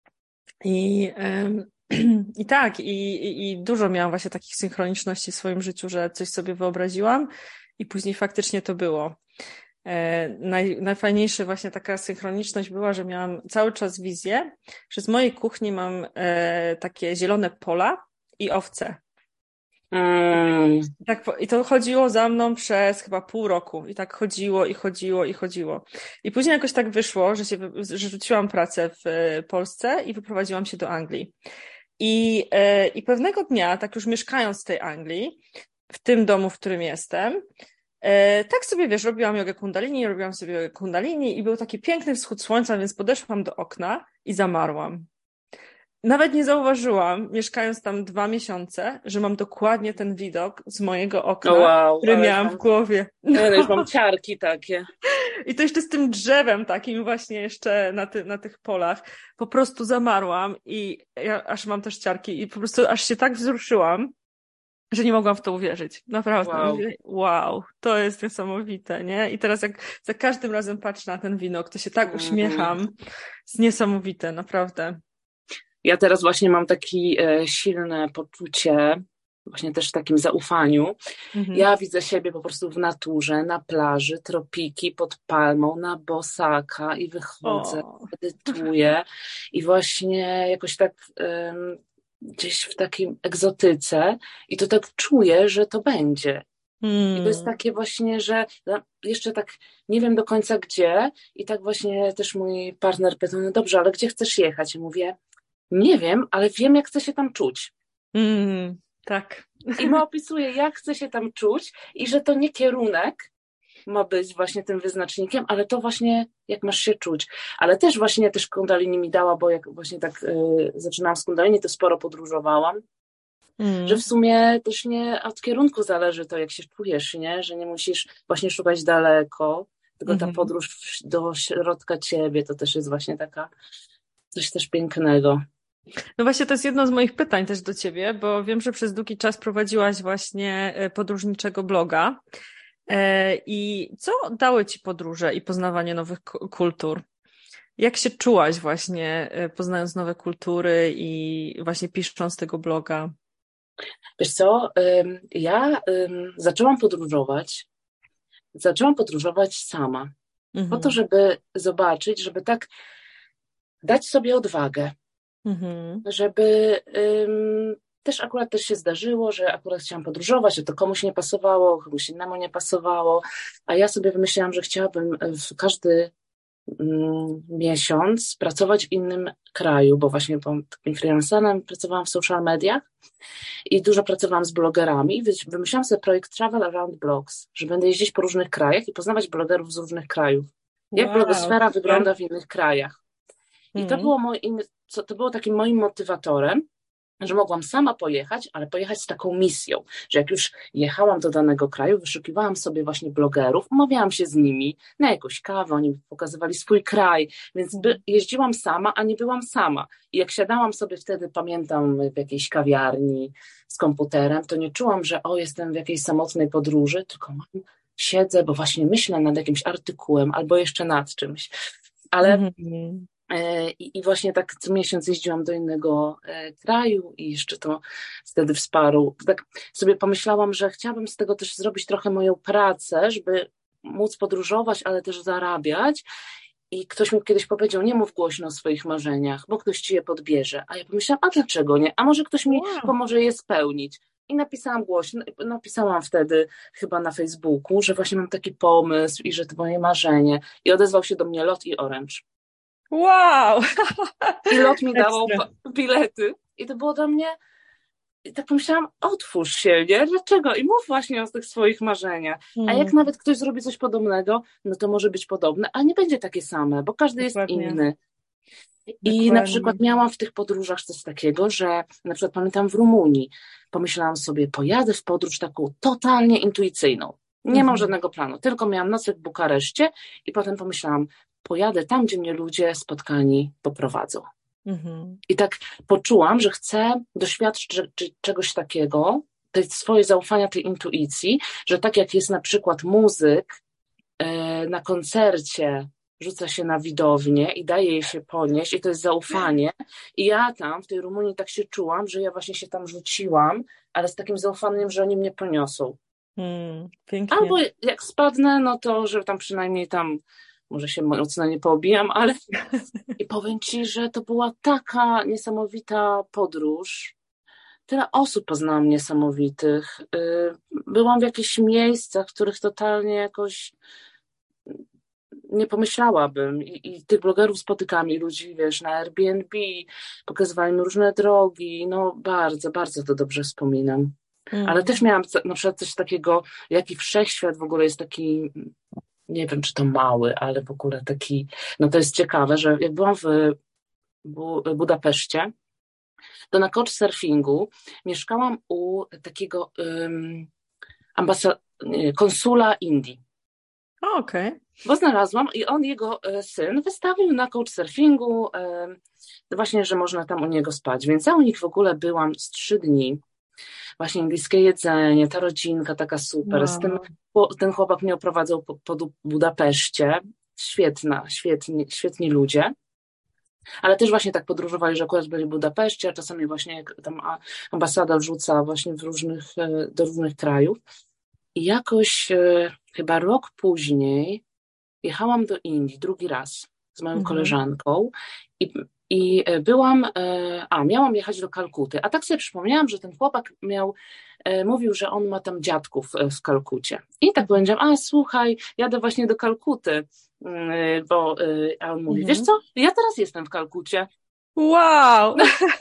I, em, i tak, i, i, i dużo miałam właśnie takich synchroniczności w swoim życiu, że coś sobie wyobraziłam i później faktycznie to było. E, naj, najfajniejsza właśnie taka synchroniczność była, że miałam cały czas wizję, że z mojej kuchni mam e, takie zielone pola i owce. mm. I tak, po- I to chodziło za mną przez chyba pół roku. I tak chodziło i chodziło i chodziło. I później jakoś tak wyszło, że się, wy- że rzuciłam pracę w e, Polsce i wyprowadziłam się do Anglii. I, e, I pewnego dnia, tak już mieszkając w tej Anglii, w tym domu, w którym jestem, e, tak sobie, wiesz, robiłam jogę kundalini, robiłam sobie jogę kundalini i był taki piękny wschód słońca, więc podeszłam do okna i zamarłam. Nawet nie zauważyłam, mieszkając tam dwa miesiące, że mam dokładnie ten widok z mojego O okna, wow, który ale już miałam w mam, głowie. ja już No. mam ciarki takie. I to jeszcze z tym drzewem takim właśnie jeszcze na, ty, na tych polach. Po prostu zamarłam i ja aż mam też ciarki i po prostu aż się tak wzruszyłam, że nie mogłam w to uwierzyć. Naprawdę. Wow. Mówię, wow, to jest niesamowite, nie? I teraz jak za każdym razem patrzę na ten widok, to się tak Mm. uśmiecham. Jest niesamowite, naprawdę. Ja teraz właśnie mam takie e, silne poczucie, właśnie też w takim zaufaniu. Mhm. Ja widzę siebie po prostu w naturze, na plaży, tropiki, pod palmą, na bosaka i wychodzę, O. medytuję i właśnie jakoś tak em, gdzieś w takim egzotyce i to tak czuję, że to będzie. I to jest Hmm. takie właśnie, że no, jeszcze tak nie wiem do końca gdzie i tak właśnie też mój partner pytał, no dobrze, ale gdzie chcesz jechać? I mówię, nie wiem, ale wiem, jak chcę się tam czuć. Mm, tak. I mu opisuję, jak chcę się tam czuć i że to nie kierunek ma być właśnie tym wyznacznikiem, ale to właśnie jak masz się czuć. Ale też właśnie też Kundalini mi dała, bo jak właśnie tak y, zaczynałam z Kundalini, to sporo podróżowałam, że w Mm, sumie też nie od kierunku zależy to, jak się czujesz, nie? Że nie musisz właśnie szukać daleko, tylko ta mhm. podróż do środka ciebie to też jest właśnie taka coś też pięknego. No właśnie to jest jedno z moich pytań też do ciebie, bo wiem, że przez długi czas prowadziłaś właśnie e, podróżniczego bloga. E, I co dały ci podróże i poznawanie nowych ku- kultur? Jak się czułaś właśnie e, poznając nowe kultury i właśnie pisząc tego bloga? Wiesz co, ym, ja ym, zaczęłam podróżować, zaczęłam podróżować sama, po to, Mhm. żeby zobaczyć, żeby tak dać sobie odwagę, Mhm. żeby ym, też akurat też się zdarzyło, że akurat chciałam podróżować, że to komuś nie pasowało, komuś innemu nie pasowało, a ja sobie wymyślałam, że chciałabym w każdy mm, miesiąc pracować w innym kraju, bo właśnie byłam takim freelancerem, pracowałam w social mediach i dużo pracowałam z blogerami. Wymyślałam sobie projekt Travel Around Blogs, że będę jeździć po różnych krajach i poznawać blogerów z różnych krajów. Jak Wow, blogosfera super. wygląda w innych krajach. I to Mhm. było moim, co, to było takim moim motywatorem, że mogłam sama pojechać, ale pojechać z taką misją, że jak już jechałam do danego kraju, wyszukiwałam sobie właśnie blogerów, umawiałam się z nimi na jakąś kawę, oni mi pokazywali swój kraj, więc by, jeździłam sama, a nie byłam sama. I jak siadałam sobie wtedy, pamiętam, w jakiejś kawiarni z komputerem, to nie czułam, że o, jestem w jakiejś samotnej podróży, tylko mam, siedzę, bo właśnie myślę nad jakimś artykułem albo jeszcze nad czymś. Ale Mhm. I, I właśnie tak co miesiąc jeździłam do innego e, kraju i jeszcze to wtedy wsparł. Tak sobie pomyślałam, że chciałabym z tego też zrobić trochę moją pracę, żeby móc podróżować, ale też zarabiać. I ktoś mi kiedyś powiedział, nie mów głośno o swoich marzeniach, bo ktoś ci je podbierze. A ja pomyślałam, a dlaczego nie? A może ktoś mi Wow. pomoże je spełnić? I napisałam głośno, napisałam wtedy chyba na Facebooku, że właśnie mam taki pomysł i że to moje marzenie. I odezwał się do mnie Lot i Orange. Wow! I lot mi dawał Ekstra. bilety. I to było dla mnie, i tak pomyślałam, otwórz się, nie? Dlaczego? I mów właśnie o tych swoich marzeniach. A jak Hmm, nawet ktoś zrobi coś podobnego, no to może być podobne, ale nie będzie takie same, bo każdy jest dokładnie, inny. I na dokładnie. przykład miałam w tych podróżach coś takiego, że na przykład pamiętam w Rumunii, pomyślałam sobie, pojadę w podróż taką totalnie intuicyjną. Nie mam Mhm. żadnego planu, tylko miałam nocleg w Bukareszcie i potem pomyślałam, pojadę tam, gdzie mnie ludzie spotkani poprowadzą. Mhm. I tak poczułam, że chcę doświadczyć czegoś takiego, tej swoje zaufania, tej intuicji, że tak jak jest na przykład muzyk e, na koncercie, rzuca się na widownię i daje jej się ponieść i to jest zaufanie. I ja tam w tej Rumunii tak się czułam, że ja właśnie się tam rzuciłam, ale z takim zaufaniem, że oni mnie poniosą. Hmm, pięknie. Albo jak spadnę, no to, że tam przynajmniej tam może się mocno nie poobijam, ale i powiem ci, że to była taka niesamowita podróż. Tyle osób poznałam niesamowitych. Byłam w jakichś miejscach, w których totalnie jakoś nie pomyślałabym. I, i tych blogerów spotykam i ludzi, wiesz, na Airbnb, pokazywali mi różne drogi. No bardzo, bardzo to dobrze wspominam. Hmm. Ale też miałam na przykład coś takiego, jaki wszechświat w ogóle jest taki, nie wiem, czy to mały, ale w ogóle taki, no to jest ciekawe, że jak byłam w Bu- Budapeszcie, to na couchsurfingu mieszkałam u takiego um, ambasa- nie, konsula Indii. Okej. Okay. Bo znalazłam i on, jego e, syn, wystawił na couchsurfingu e, właśnie, że można tam u niego spać. Więc ja u nich w ogóle byłam z trzy dni. Właśnie indyjskie jedzenie, ta rodzinka taka super. Z tym, Wow. ten chłopak mnie oprowadzał po, po Budapeszcie. Świetna, świetni, świetni ludzie. Ale też właśnie tak podróżowali, że akurat byli w Budapeszcie, a czasami właśnie jak tam ambasada wrzuca właśnie w różnych, do różnych krajów. I jakoś e, chyba rok później jechałam do Indii drugi raz z moją Mhm. koleżanką i, i byłam, e, a miałam jechać do Kalkuty, a tak sobie przypomniałam, że ten chłopak miał, e, mówił, że on ma tam dziadków w Kalkucie. I tak powiedziałam, a słuchaj, jadę właśnie do Kalkuty, y, bo, y, a on mówi, Mhm. wiesz co, ja teraz jestem w Kalkucie. Wow!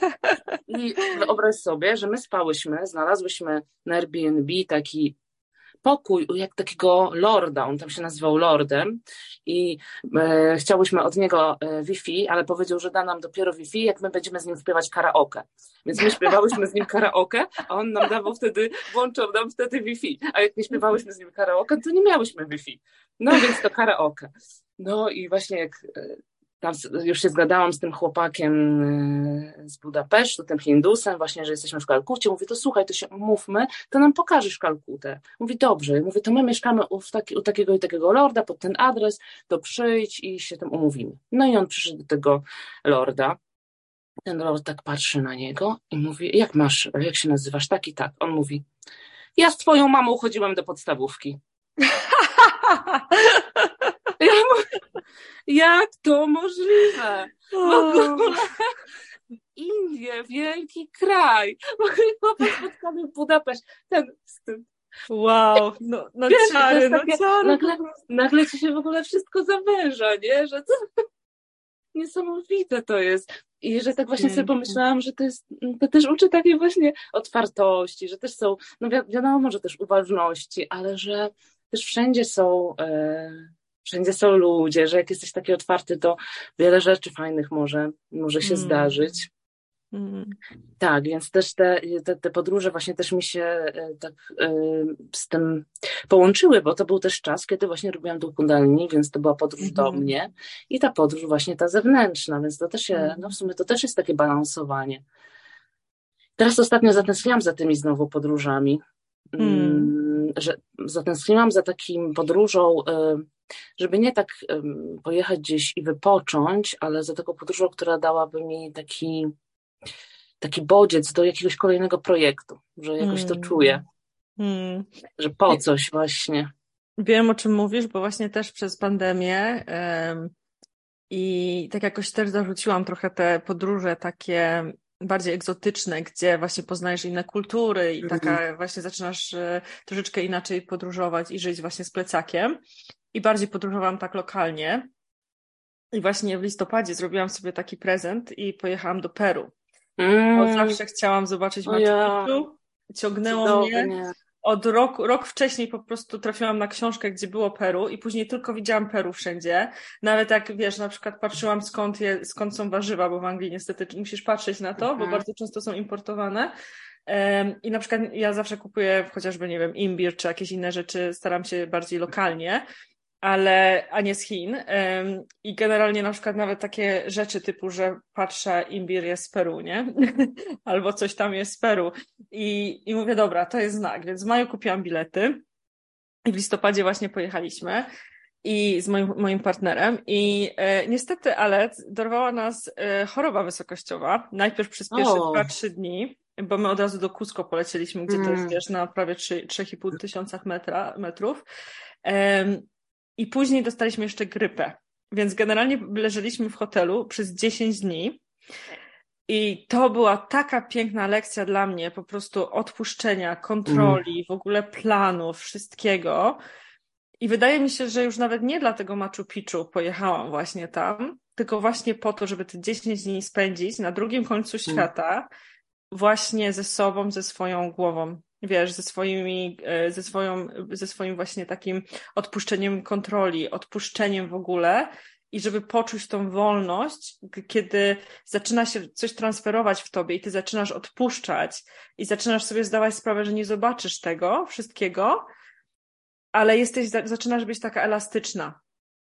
I wyobraź sobie, że my spałyśmy, znalazłyśmy na Airbnb taki pokój jak takiego lorda, on tam się nazywał lordem i e, chciałyśmy od niego e, Wi-Fi, ale powiedział, że da nam dopiero Wi-Fi, jak my będziemy z nim śpiewać karaoke. Więc my śpiewałyśmy z nim karaoke, a on nam dawał wtedy, włączał nam wtedy Wi-Fi, a jak nie śpiewałyśmy z nim karaoke, to nie miałyśmy Wi-Fi. No więc to karaoke. No i właśnie jak e, tam już się zgadałam z tym chłopakiem z Budapesztu, tym Hindusem, właśnie, że jesteśmy w Kalkucie. Mówi, to słuchaj, to się umówmy, to nam pokażesz Kalkutę. Mówi, dobrze. Mówi, to my mieszkamy u, taki, u takiego i takiego lorda pod ten adres, to przyjdź i się tam umówimy. No i on przyszedł do tego lorda. Ten lord tak patrzy na niego i mówi, jak masz, jak się nazywasz? Tak i tak. On mówi, ja z twoją mamą chodziłem do podstawówki. Ja mówię, jak to możliwe? W ogóle Indie, wielki kraj. W ogóle spotkamy w Budapeszt. Ten z tym. Wow, no, no Wiesz, ciary, no takie, ciary. nagle, nagle ci się w ogóle wszystko zawęża, nie? Że to niesamowite to jest. I że tak właśnie sobie pomyślałam, że to jest, to też uczy takiej właśnie otwartości, że też są, no wi- wiadomo, że też uważności, ale że też wszędzie są, e, wszędzie są ludzie, że jak jesteś taki otwarty, to wiele rzeczy fajnych może, może się Mm. zdarzyć. Mm. Tak, więc też te, te, te podróże właśnie też mi się e, tak e, z tym połączyły, bo to był też czas, kiedy właśnie robiłam dół kundalini, więc to była podróż do Mhm. mnie i ta podróż właśnie ta zewnętrzna, więc to też się, no w Mm. sumie to też jest takie balansowanie. Teraz ostatnio zatęskniłam za tymi znowu podróżami, Mm. mm, że zatęskniłam za takim podróżą, e, żeby nie tak em, pojechać gdzieś i wypocząć, ale za taką podróżą, która dałaby mi taki taki bodziec do jakiegoś kolejnego projektu, że jakoś to czuję, Mm. Mm. że po coś właśnie. Wiem, o czym mówisz, bo właśnie też przez pandemię em, i tak jakoś też zarzuciłam trochę te podróże takie bardziej egzotyczne, gdzie właśnie poznajesz inne kultury i Mhm. taka właśnie zaczynasz e, troszeczkę inaczej podróżować i żyć właśnie z plecakiem. I bardziej podróżowałam tak lokalnie. I właśnie w listopadzie zrobiłam sobie taki prezent i pojechałam do Peru. Bo Mm, zawsze chciałam zobaczyć o Machu ja, Picchu. Ciągnęło mnie. cudownie. Od roku, rok wcześniej po prostu trafiłam na książkę, gdzie było Peru i później tylko widziałam Peru wszędzie. Nawet jak, wiesz, na przykład patrzyłam skąd, je, skąd są warzywa, bo w Anglii niestety musisz patrzeć na to, bo Mhm. bardzo często są importowane. Em, I na przykład ja zawsze kupuję chociażby, nie wiem, imbir czy jakieś inne rzeczy, staram się bardziej lokalnie, ale a nie z Chin. Em, I generalnie na przykład nawet takie rzeczy typu, że patrzę, imbir jest z Peru, nie? Albo coś tam jest z Peru. I, I mówię, dobra, to jest znak. Więc w maju kupiłam bilety i w listopadzie właśnie pojechaliśmy i z moim, moim partnerem i e, niestety, ale dorwała nas e, choroba wysokościowa. Najpierw przez pierwsze O, dwa trzy dni, bo my od razu do Cusco polecieliśmy, gdzie to jest, mm, wiesz, na prawie trzy i pół tysiącach metra, metrów. Em, I później dostaliśmy jeszcze grypę. Więc generalnie leżeliśmy w hotelu przez dziesięć dni. I to była taka piękna lekcja dla mnie, po prostu odpuszczenia, mm, kontroli, w ogóle planów, wszystkiego. I wydaje mi się, że już nawet nie dla tego Machu Picchu pojechałam właśnie tam, tylko właśnie po to, żeby te dziesięć dni spędzić na drugim końcu mm. świata, właśnie ze sobą, ze swoją głową. Wiesz, ze swoimi, e, ze swoją, ze swoim właśnie takim odpuszczeniem kontroli, odpuszczeniem w ogóle i żeby poczuć tą wolność, k- kiedy zaczyna się coś transferować w tobie i ty zaczynasz odpuszczać i zaczynasz sobie zdawać sprawę, że nie zobaczysz tego wszystkiego, ale jesteś, za- zaczynasz być taka elastyczna.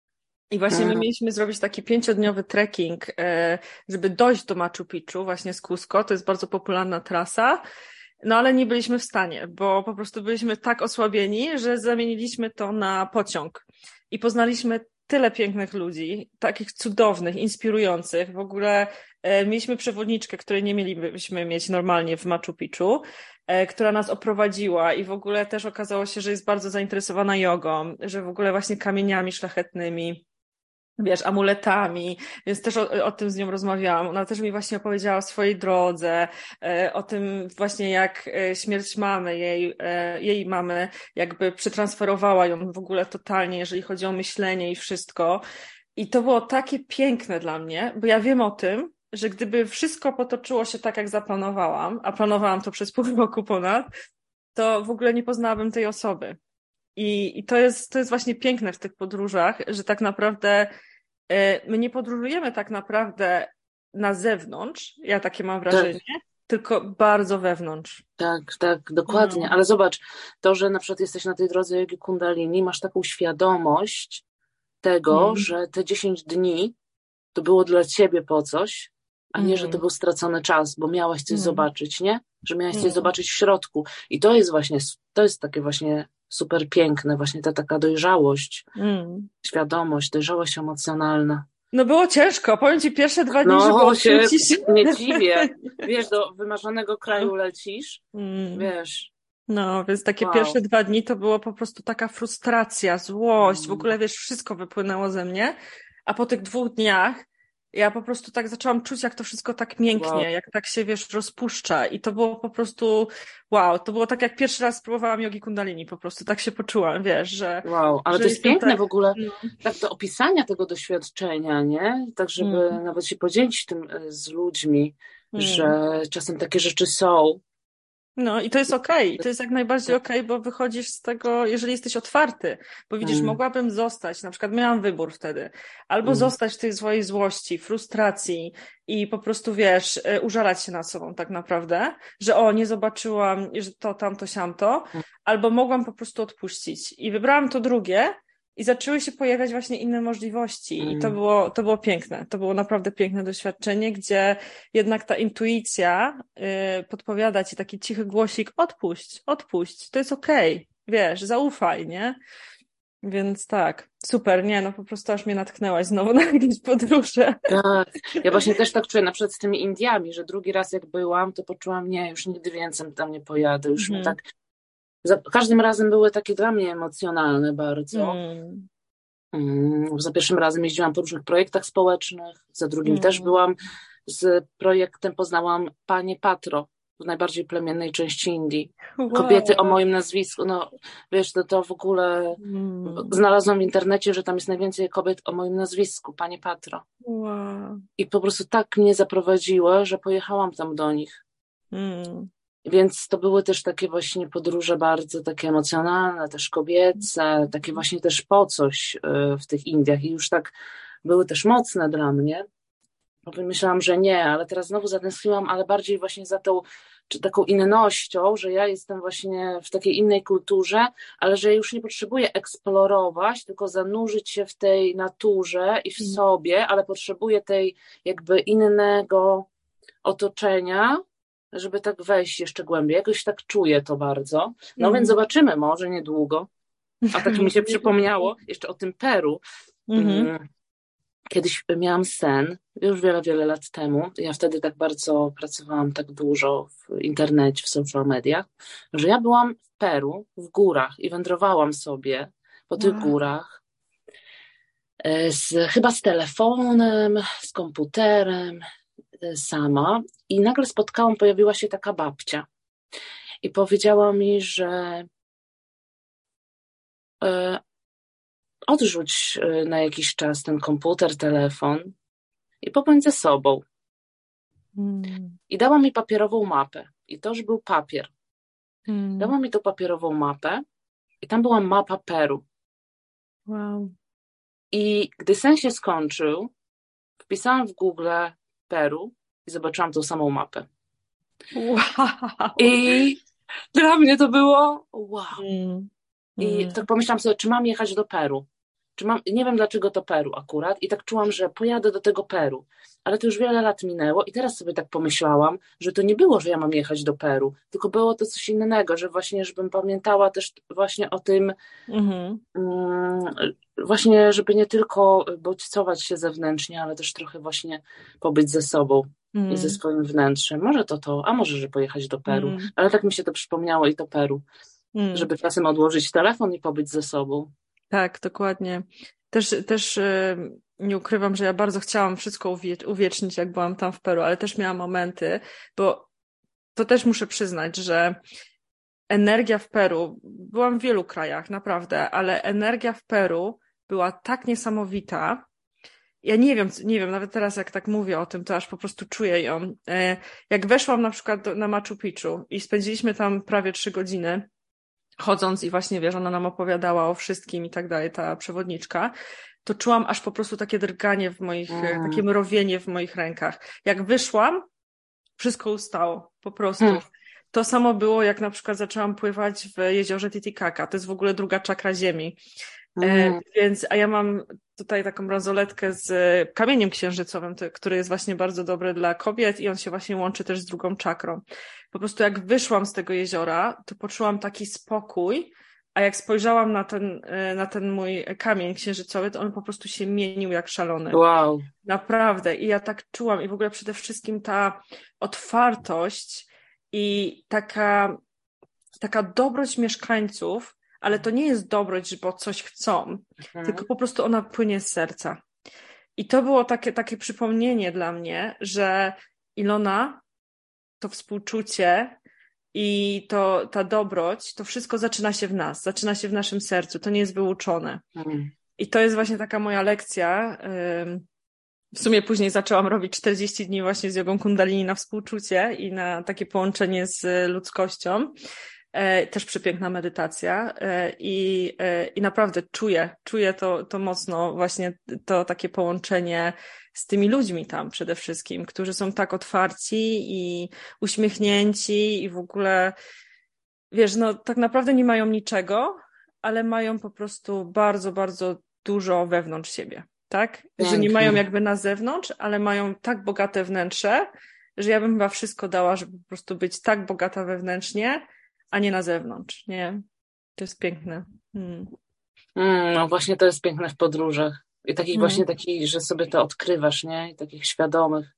I właśnie my Mm. mieliśmy zrobić taki pięciodniowy trekking, e, żeby dojść do Machu Picchu, właśnie z Cusco. To jest bardzo popularna trasa. No ale nie byliśmy w stanie, bo po prostu byliśmy tak osłabieni, że zamieniliśmy to na pociąg. I poznaliśmy tyle pięknych ludzi, takich cudownych, inspirujących. W ogóle e, mieliśmy przewodniczkę, której nie mielibyśmy mieć normalnie w Machu Picchu, e, która nas oprowadziła i w ogóle też okazało się, że jest bardzo zainteresowana jogą, że w ogóle właśnie kamieniami szlachetnymi, wiesz, amuletami, więc też o, o tym z nią rozmawiałam. Ona też mi właśnie opowiedziała o swojej drodze, e, o tym właśnie jak e, śmierć mamy, jej, e, jej mamy jakby przetransferowała ją w ogóle totalnie, jeżeli chodzi o myślenie i wszystko. I to było takie piękne dla mnie, bo ja wiem o tym, że gdyby wszystko potoczyło się tak, jak zaplanowałam, a planowałam to przez pół roku ponad, to w ogóle nie poznałabym tej osoby. I, i to jest, to jest właśnie piękne w tych podróżach, że tak naprawdę e, my nie podróżujemy tak naprawdę na zewnątrz, ja takie mam Tak, wrażenie, tylko bardzo wewnątrz. tak, tak, dokładnie. No. Ale zobacz, to, że na przykład jesteś na tej drodze jogi kundalini, masz taką świadomość tego, Mm, że te dziesięć dni to było dla ciebie po coś, a nie, że to mm, był stracony czas, bo miałaś coś mm, zobaczyć, nie? Że miałaś coś mm, zobaczyć w środku. I to jest właśnie, to jest takie właśnie super piękne, właśnie ta taka dojrzałość, mm. świadomość, dojrzałość emocjonalna. No było ciężko, powiem ci pierwsze dwa dni, żeby No się odrzucić. nie dziwię. Wiesz, do wymarzonego kraju lecisz, Mm. wiesz, No, więc takie wow. pierwsze dwa dni to było po prostu taka frustracja, złość, w Mm, ogóle wiesz, wszystko wypłynęło ze mnie, a po tych dwóch dniach ja po prostu tak zaczęłam czuć, jak to wszystko tak wow, mięknie, jak tak się, wiesz, rozpuszcza i to było po prostu, wow, to było tak jak pierwszy raz spróbowałam jogi kundalini, po prostu tak się poczułam, wiesz, że, wow. Ale to że jest jestem piękne tak, w ogóle, no, tak do opisania tego doświadczenia, nie? Tak, żeby mm, nawet się podzielić tym e, z ludźmi, że mm, czasem takie rzeczy są. No i to jest okej, to jest jak najbardziej okej, bo wychodzisz z tego, jeżeli jesteś otwarty, bo widzisz, Mm, mogłabym zostać, na przykład miałam wybór wtedy, albo mm, zostać w tej swojej złości, frustracji i po prostu, wiesz, y, użalać się nad sobą tak naprawdę, że o, nie zobaczyłam, że to, tamto, siamto, mm, albo mogłam po prostu odpuścić. I wybrałam to drugie i zaczęły się pojawiać właśnie inne możliwości i to mm. było, to było piękne, to było naprawdę piękne doświadczenie, gdzie jednak ta intuicja y, podpowiada ci taki cichy głosik, odpuść, odpuść, to jest okej, wiesz, zaufaj, nie? Więc tak, super, nie, no po prostu aż mnie natknęłaś znowu na jakieś podróże. Tak, ja właśnie też tak czuję, na przykład z tymi Indiami, że drugi raz jak byłam, to poczułam, nie, już nigdy więcej tam nie pojadę, już mnie Mhm. tak, za każdym razem były takie dla mnie emocjonalne bardzo. Mm, Mm, Za pierwszym razem jeździłam po różnych projektach społecznych, za drugim też mm. byłam z projektem, poznałam panię Patro w najbardziej plemiennej części Indii. Kobiety o Wow. moim nazwisku, no wiesz, to, to w ogóle Mm. znalazłam w internecie, że tam jest najwięcej kobiet o moim nazwisku, panie Patro. Wow. I po prostu tak mnie zaprowadziła, że pojechałam tam do nich. Mm. Więc to były też takie właśnie podróże bardzo takie emocjonalne, też kobiece, takie właśnie też po coś y, w tych Indiach i już tak były też mocne dla mnie. Bo myślałam, że nie, ale teraz znowu zatęskniłam, ale bardziej właśnie za tą czy taką innością, że ja jestem właśnie w takiej innej kulturze, ale że już nie potrzebuję eksplorować, tylko zanurzyć się w tej naturze i w sobie, ale potrzebuję tej jakby innego otoczenia, żeby tak wejść jeszcze głębiej. Jakoś tak czuję to bardzo. No więc Mhm. zobaczymy, może niedługo. A tak mi się przypomniało jeszcze o tym Peru. Mhm. Mm, Kiedyś miałam sen, już wiele, wiele lat temu. Ja wtedy tak bardzo pracowałam tak dużo w internecie, w social mediach, że ja byłam w Peru, w górach i wędrowałam sobie po tych Wow. górach, e, z, chyba z telefonem, z komputerem, e, sama. I nagle spotkałam, pojawiła się taka babcia i powiedziała mi, że e, odrzuć e, na jakiś czas ten komputer, telefon i pobądź ze sobą. Mm. I dała mi papierową mapę. I to już był papier. Mm. Dała mi tą papierową mapę i tam była mapa Peru. Wow. I gdy sen się skończył, wpisałam w Google Peru i zobaczyłam tą samą mapę. Wow. I dla mnie to było wow. Mm. I Mm. tak pomyślałam sobie, czy mam jechać do Peru? Czy mam, nie wiem dlaczego to Peru akurat. I tak czułam, że pojadę do tego Peru. Ale to już wiele lat minęło i teraz sobie tak pomyślałam, że to nie było, że ja mam jechać do Peru, tylko było to coś innego, że właśnie, żebym pamiętała też właśnie o tym, Mhm. mm, właśnie, żeby nie tylko bodźcować się zewnętrznie, ale też trochę właśnie pobyć ze sobą i ze Mm. swoim wnętrzem. Może to to, a może, że pojechać do Peru. Mm. Ale tak mi się to przypomniało i to Peru, Mm. żeby czasem odłożyć telefon i pobyć ze sobą. Tak, dokładnie. Też, też y, nie ukrywam, że ja bardzo chciałam wszystko uwie- uwiecznić, jak byłam tam w Peru, ale też miałam momenty, bo to też muszę przyznać, że energia w Peru, byłam w wielu krajach, naprawdę, ale energia w Peru była tak niesamowita. Ja nie wiem, nie wiem, nawet teraz jak tak mówię o tym, to aż po prostu czuję ją. E, Jak weszłam na przykład do, na Machu Picchu i spędziliśmy tam prawie trzy godziny, chodząc i właśnie, wiesz, ona nam opowiadała o wszystkim i tak dalej, ta przewodniczka, to czułam aż po prostu takie drganie w moich, e, takie Mm. mrowienie w moich rękach. Jak wyszłam, wszystko ustało, po prostu. Hmm. To samo było, jak na przykład zaczęłam pływać w jeziorze Titicaca. To jest w ogóle druga czakra ziemi. E, Mm. więc, a ja mam tutaj taką bransoletkę z kamieniem księżycowym, ty- który jest właśnie bardzo dobry dla kobiet i on się właśnie łączy też z drugą czakrą. Po prostu jak wyszłam z tego jeziora, to poczułam taki spokój, a jak spojrzałam na ten, e, na ten mój kamień księżycowy, to on po prostu się mienił jak szalony. Wow. Naprawdę. I ja tak czułam i w ogóle przede wszystkim ta otwartość i taka, taka dobroć mieszkańców, ale to nie jest dobroć, bo coś chcą, tylko Mhm. po prostu ona płynie z serca. I to było takie, takie przypomnienie dla mnie, że Ilona, to współczucie i to, ta dobroć, to wszystko zaczyna się w nas, zaczyna się w naszym sercu, to nie jest wyuczone. Mm. I to jest właśnie taka moja lekcja, ym, w sumie później zaczęłam robić czterdzieści dni właśnie z jogą kundalini na współczucie i na takie połączenie z ludzkością. E, też przepiękna medytacja e, i, e, i naprawdę czuję, czuję to, to mocno właśnie to takie połączenie z tymi ludźmi tam przede wszystkim, którzy są tak otwarci i uśmiechnięci i w ogóle, wiesz, no tak naprawdę nie mają niczego, ale mają po prostu bardzo, bardzo dużo wewnątrz siebie, tak? Że nie mają Pięknie. jakby na zewnątrz, ale mają tak bogate wnętrze, że ja bym chyba wszystko dała, żeby po prostu być tak bogata wewnętrznie, a nie na zewnątrz, nie? To jest piękne. Hmm. Mm, no właśnie to jest piękne w podróżach. I takich Hmm. właśnie takich, że sobie to odkrywasz, nie? I takich świadomych.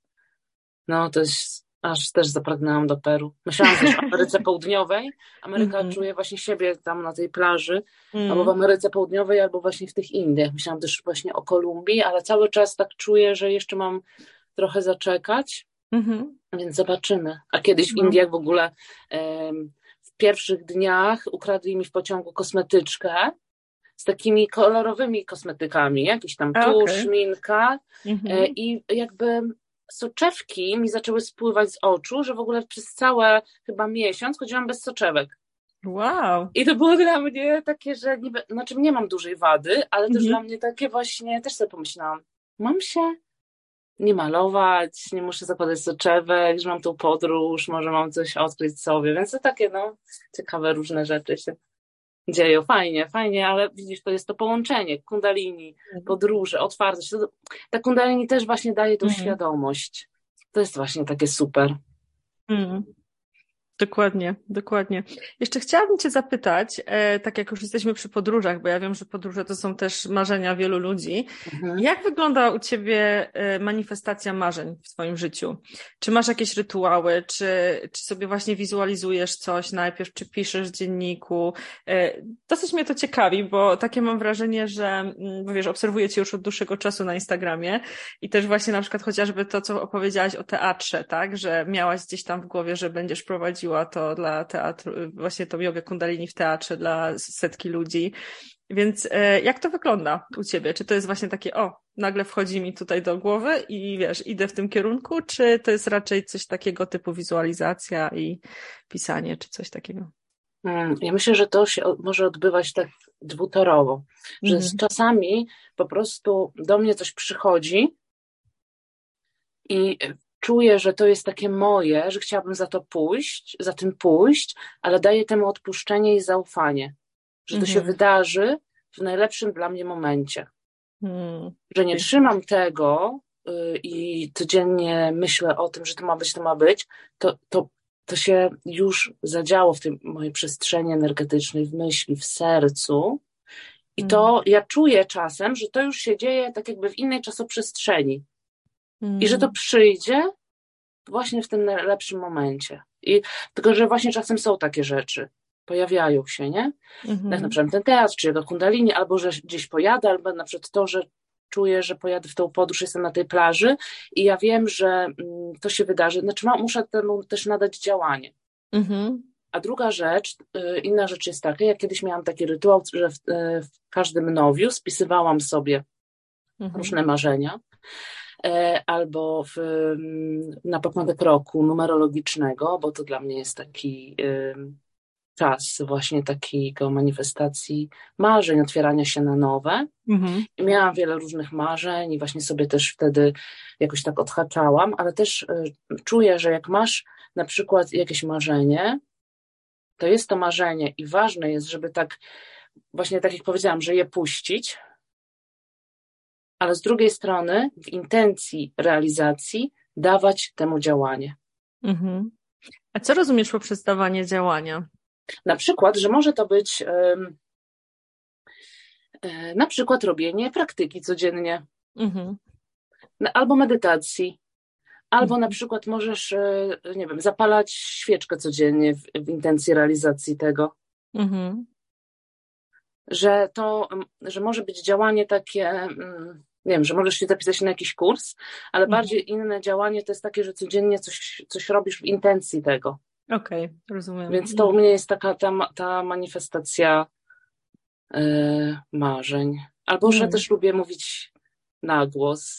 No to jest, aż też zapragnęłam do Peru. Myślałam też o Ameryce Południowej. Ameryka Mhm. czuje właśnie siebie tam na tej plaży, albo w Mm. Ameryce Południowej, albo właśnie w tych Indiach. Myślałam też właśnie o Kolumbii, ale cały czas tak czuję, że jeszcze mam trochę zaczekać, Mhm. więc zobaczymy. A kiedyś w No. Indiach w ogóle em, w pierwszych dniach ukradli mi w pociągu kosmetyczkę z takimi kolorowymi kosmetykami, jakiś tam A, tusz, okej. szminka e, Mhm. i jakby soczewki mi zaczęły spływać z oczu, że w ogóle przez cały chyba miesiąc chodziłam bez soczewek. Wow. I to było dla mnie takie, że niby, znaczy nie mam dużej wady, ale też dla Mhm. mnie takie właśnie, też sobie pomyślałam, mam się nie malować, nie muszę zakładać soczewek, że mam tą podróż, może mam coś odkryć sobie, więc to takie no ciekawe różne rzeczy się dzieją. Fajnie, fajnie, ale widzisz, to jest to połączenie kundalini, podróże, otwartość. To, ta kundalini też właśnie daje tą Mhm. świadomość. To jest właśnie takie super. Mhm. Dokładnie, dokładnie. Jeszcze chciałabym Cię zapytać, e, tak jak już jesteśmy przy podróżach, bo ja wiem, że podróże to są też marzenia wielu ludzi. Mhm. Jak wygląda u Ciebie e, manifestacja marzeń w Twoim życiu? Czy masz jakieś rytuały, czy, czy sobie właśnie wizualizujesz coś najpierw, czy piszesz w dzienniku? E, Dosyć mnie to ciekawi, bo takie mam wrażenie, że, mm, bo wiesz, obserwuję Cię już od dłuższego czasu na Instagramie i też właśnie na przykład chociażby to, co opowiedziałaś o teatrze, tak, że miałaś gdzieś tam w głowie, że będziesz prowadziła to dla teatru, właśnie tą jogę kundalini w teatrze dla setki ludzi. Więc e, jak to wygląda u Ciebie? Czy to jest właśnie takie, o, nagle wchodzi mi tutaj do głowy i wiesz, idę w tym kierunku, czy to jest raczej coś takiego typu wizualizacja i pisanie, czy coś takiego? Mm, Ja myślę, że to się o- może odbywać tak dwutorowo, że z Mhm. czasami po prostu do mnie coś przychodzi i czuję, że to jest takie moje, że chciałabym za to pójść, za tym pójść, ale daję temu odpuszczenie i zaufanie, że to się Mhm. wydarzy w najlepszym dla mnie momencie. Mhm. Że nie trzymam tego y, i codziennie myślę o tym, że to ma być, to ma być, to, to, to się już zadziało w tej mojej przestrzeni energetycznej, w myśli, w sercu. I Mhm. to ja czuję czasem, że to już się dzieje tak jakby w innej czasoprzestrzeni. I że to Mhm. przyjdzie właśnie w tym najlepszym momencie. I tylko, że właśnie czasem są takie rzeczy. Pojawiają się, nie? Jak na Mhm. przykład ten teatr, czy jego kundalini, albo że gdzieś pojadę, albo na przykład to, że czuję, że pojadę w tą podróż, jestem na tej plaży i ja wiem, że mm, to się wydarzy. Znaczy, ma, muszę temu też nadać działanie. Mhm. A druga rzecz, y, inna rzecz jest taka, ja kiedyś miałam taki rytuał, że w, y, w każdym nowiu spisywałam sobie Mhm. różne marzenia, e, albo w, mm, na początek roku numerologicznego, bo to dla mnie jest taki y, czas właśnie takiego manifestacji marzeń, otwierania się na nowe. Mhm. I miałam wiele różnych marzeń i właśnie sobie też wtedy jakoś tak odhaczałam, ale też y, czuję, że jak masz na przykład jakieś marzenie, to jest to marzenie i ważne jest, żeby tak, właśnie tak jak powiedziałam, że je puścić, ale z drugiej strony w intencji realizacji dawać temu działanie. Mhm. A co rozumiesz poprzez dawanie działania? Na przykład, że może to być ym, y, na przykład robienie praktyki codziennie, Mhm. na- albo medytacji, albo na Mhm. przykład możesz, y, nie wiem, zapalać świeczkę codziennie w, w intencji realizacji tego, Mhm. że to, ym, że może być działanie takie, ym, nie wiem, że możesz się zapisać na jakiś kurs, ale Mhm. bardziej inne działanie to jest takie, że codziennie coś, coś robisz w intencji tego. Okej, rozumiem. Więc to u mnie jest taka ta, ma- ta manifestacja y, marzeń. Albo, że Mhm. też lubię mówić na głos.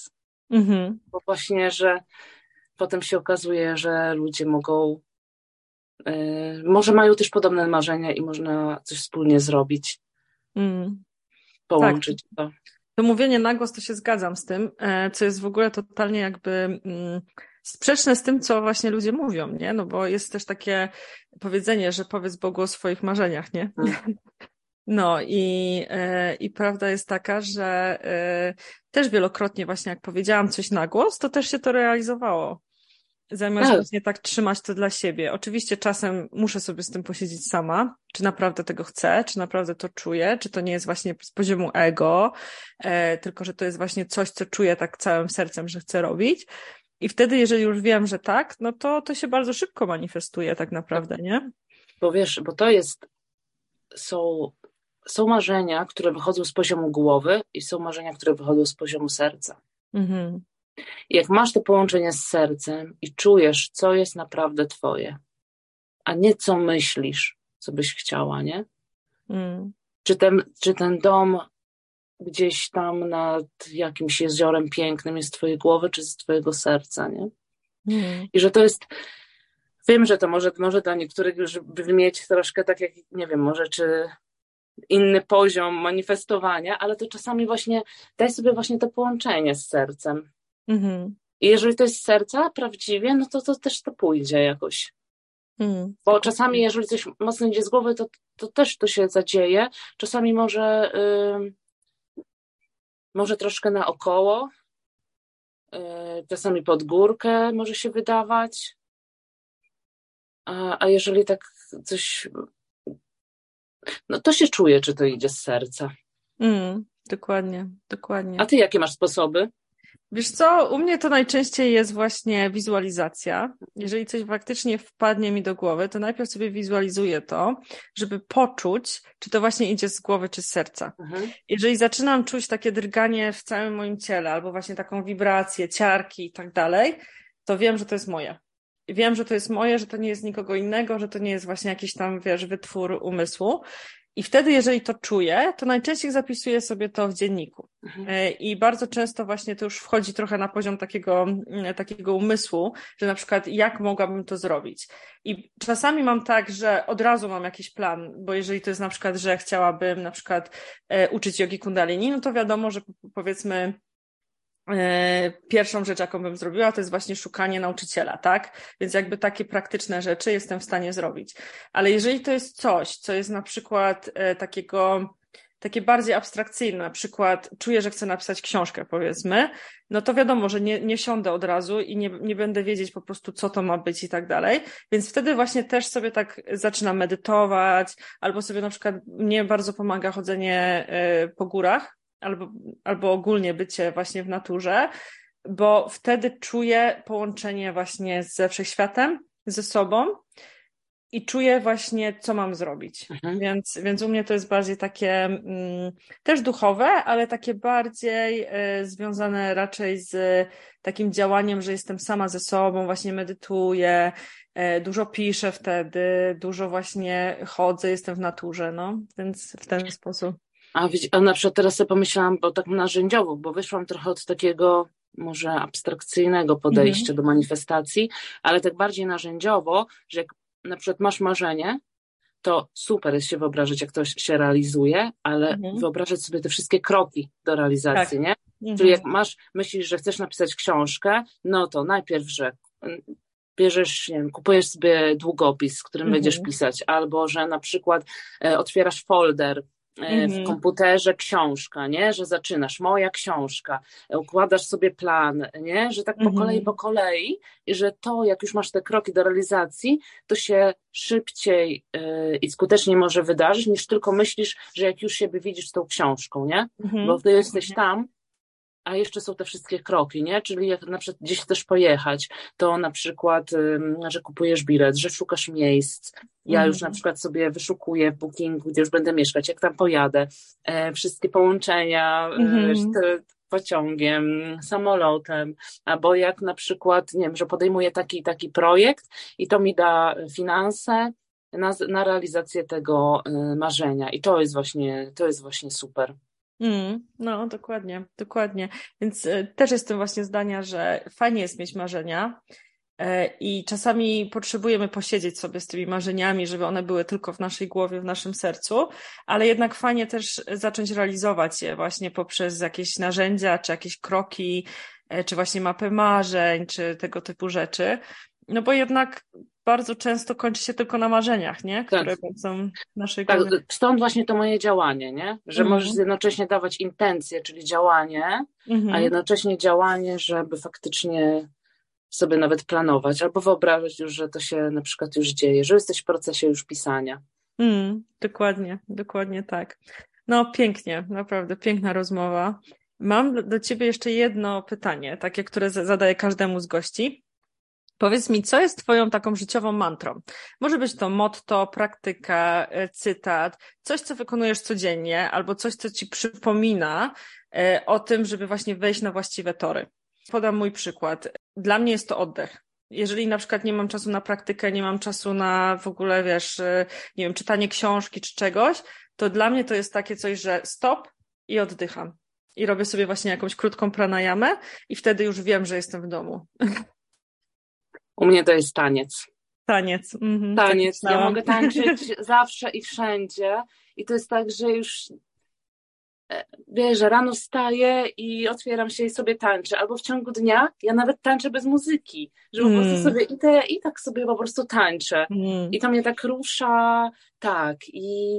Mhm. Bo właśnie, że potem się okazuje, że ludzie mogą, yy, może mają też podobne marzenia i można coś wspólnie zrobić, Mm. Tak, połączyć to. to mówienie na głos to się zgadzam z tym, e, co jest w ogóle totalnie jakby mm, sprzeczne z tym, co właśnie ludzie mówią, nie? No bo jest też takie powiedzenie, że powiedz Bogu o swoich marzeniach, nie? Mm. No i, e, i prawda jest taka, że e, też wielokrotnie właśnie jak powiedziałam coś na głos, to też się to realizowało. Zamiast Tak, właśnie tak trzymać to dla siebie. Oczywiście czasem muszę sobie z tym posiedzieć sama, czy naprawdę tego chcę, czy naprawdę to czuję, czy to nie jest właśnie z poziomu ego, e, tylko że to jest właśnie coś, co czuję tak całym sercem, że chcę robić. I wtedy, jeżeli już wiem, że tak, no to to się bardzo szybko manifestuje tak naprawdę, nie? bo wiesz, bo to jest, są, są marzenia, które wychodzą z poziomu głowy i są marzenia, które wychodzą z poziomu serca. Mhm. I jak masz to połączenie z sercem i czujesz, co jest naprawdę twoje, a nie co myślisz, co byś chciała, nie? Mm. Czy ten, czy ten dom gdzieś tam nad jakimś jeziorem pięknym jest z twojej głowy, czy z twojego serca, nie? Mm. I że to jest, wiem, że to może, może dla niektórych już brzmieć troszkę tak jak, nie wiem, może czy inny poziom manifestowania, ale to czasami właśnie daj sobie właśnie to połączenie z sercem. Mhm. I jeżeli to jest z serca prawdziwie, no to, to też to pójdzie jakoś. Mm. Bo czasami, Dokładnie. jeżeli coś mocno idzie z głowy, to, to też to się zadzieje. Czasami może, y, może troszkę naokoło, y, czasami pod górkę może się wydawać. A, a jeżeli tak coś, no to się czuje, czy to idzie z serca. Mm. Dokładnie, dokładnie. A ty jakie masz sposoby? Wiesz co, u mnie to najczęściej jest właśnie wizualizacja. Jeżeli coś faktycznie wpadnie mi do głowy, to najpierw sobie wizualizuję to, żeby poczuć, czy to właśnie idzie z głowy, czy z serca. Mhm. Jeżeli zaczynam czuć takie drganie w całym moim ciele, albo właśnie taką wibrację, ciarki i tak dalej, to wiem, że to jest moje. Wiem, że to jest moje, że to nie jest nikogo innego, że to nie jest właśnie jakiś tam, wiesz, wytwór umysłu. I wtedy, jeżeli to czuję, to najczęściej zapisuję sobie to w dzienniku. Mhm. E, I bardzo często właśnie to już wchodzi trochę na poziom takiego, mm, takiego umysłu, że na przykład jak mogłabym to zrobić. I czasami mam tak, że od razu mam jakiś plan, bo jeżeli to jest na przykład, że chciałabym na przykład e, uczyć jogi kundalini, no to wiadomo, że powiedzmy e, pierwszą rzecz, jaką bym zrobiła, to jest właśnie szukanie nauczyciela, tak? Więc jakby takie praktyczne rzeczy jestem w stanie zrobić. Ale jeżeli to jest coś, co jest na przykład e, takiego, takie bardziej abstrakcyjne, na przykład czuję, że chcę napisać książkę, powiedzmy, no to wiadomo, że nie, nie siądę od razu i nie, nie będę wiedzieć po prostu, co to ma być i tak dalej. Więc wtedy właśnie też sobie tak zaczynam medytować, albo sobie na przykład mnie bardzo pomaga chodzenie e, po górach, albo, albo ogólnie bycie właśnie w naturze, bo wtedy czuję połączenie właśnie ze wszechświatem, ze sobą i czuję właśnie, co mam zrobić. Mhm. Więc, więc u mnie to jest bardziej takie mm, też duchowe, ale takie bardziej y, związane raczej z takim działaniem, że jestem sama ze sobą, właśnie medytuję, y, dużo piszę wtedy, dużo właśnie chodzę, jestem w naturze, no, więc w ten sposób. A, widz- a na przykład teraz sobie pomyślałam, bo tak narzędziowo, bo wyszłam trochę od takiego może abstrakcyjnego podejścia Mhm. do manifestacji, ale tak bardziej narzędziowo, że jak na przykład masz marzenie, to super jest się wyobrazić, jak to się realizuje, ale Mhm. wyobrażać sobie te wszystkie kroki do realizacji, Tak. nie? Czyli jak Mhm. masz, myślisz, że chcesz napisać książkę, no to najpierw, że mm, bierzesz, nie wiem, kupujesz sobie długopis, z którym będziesz Mhm. pisać, albo że na przykład e, otwierasz folder e, w Mhm. komputerze książka, nie? Że zaczynasz, moja książka, e, układasz sobie plan, nie? Że tak po kolei, po Mhm. kolei i że to, jak już masz te kroki do realizacji, to się szybciej yy, i skuteczniej może wydarzyć, niż tylko myślisz, że jak już siebie widzisz z tą książką, nie? Bo Mhm. ty jesteś tam, a jeszcze są te wszystkie kroki, nie? Czyli jak na przykład gdzieś chcesz pojechać, to na przykład, ym, że kupujesz bilet, że szukasz miejsc. Ja już na Mhm. przykład sobie wyszukuję w Bookingu, gdzie już będę mieszkać, jak tam pojadę, e, wszystkie połączenia, e, że Mhm. te, pociągiem, samolotem, albo jak na przykład, nie wiem, że podejmuję taki taki projekt i to mi da finanse na, na realizację tego y, marzenia. I to jest właśnie, to jest właśnie super. Mm, no, dokładnie, dokładnie. Więc y, też jestem właśnie zdania, że fajnie jest mieć marzenia y, i czasami potrzebujemy posiedzieć sobie z tymi marzeniami, żeby one były tylko w naszej głowie, w naszym sercu, ale jednak fajnie też zacząć realizować je właśnie poprzez jakieś narzędzia, czy jakieś kroki, y, czy właśnie mapy marzeń, czy tego typu rzeczy. No bo jednak bardzo często kończy się tylko na marzeniach, nie? Tak, Które są w naszej tak, głowie. stąd właśnie to moje działanie, nie? Że możesz Mhm, jednocześnie dawać intencje, czyli działanie, a mhm. jednocześnie działanie, żeby faktycznie sobie nawet planować, albo wyobrażać już, że to się na przykład już dzieje, że jesteś w procesie już pisania. Mm, dokładnie, dokładnie tak. No pięknie, naprawdę piękna rozmowa. Mam do do ciebie jeszcze jedno pytanie, takie, które z- zadaję każdemu z gości. Powiedz mi, co jest twoją taką życiową mantrą? Może być to motto, praktyka, e, cytat, coś, co wykonujesz codziennie, albo coś, co ci przypomina e, o tym, żeby właśnie wejść na właściwe tory. Podam mój przykład. Dla mnie jest to oddech. Jeżeli na przykład nie mam czasu na praktykę, nie mam czasu na w ogóle, wiesz, e, nie wiem, czytanie książki czy czegoś, to dla mnie to jest takie coś, że stop i oddycham. I robię sobie właśnie jakąś krótką pranayamę i wtedy już wiem, że jestem w domu. U mnie to jest taniec. Taniec. Mhm, tak Taniec. Ja myślałam. mogę tańczyć zawsze i wszędzie. I to jest tak, że już e, wiesz, że rano wstaję i otwieram się i sobie tańczę. Albo w ciągu dnia ja nawet tańczę bez muzyki. Że po prostu Mm, sobie idę i tak sobie po prostu tańczę. mm, I to mnie tak rusza. Tak. I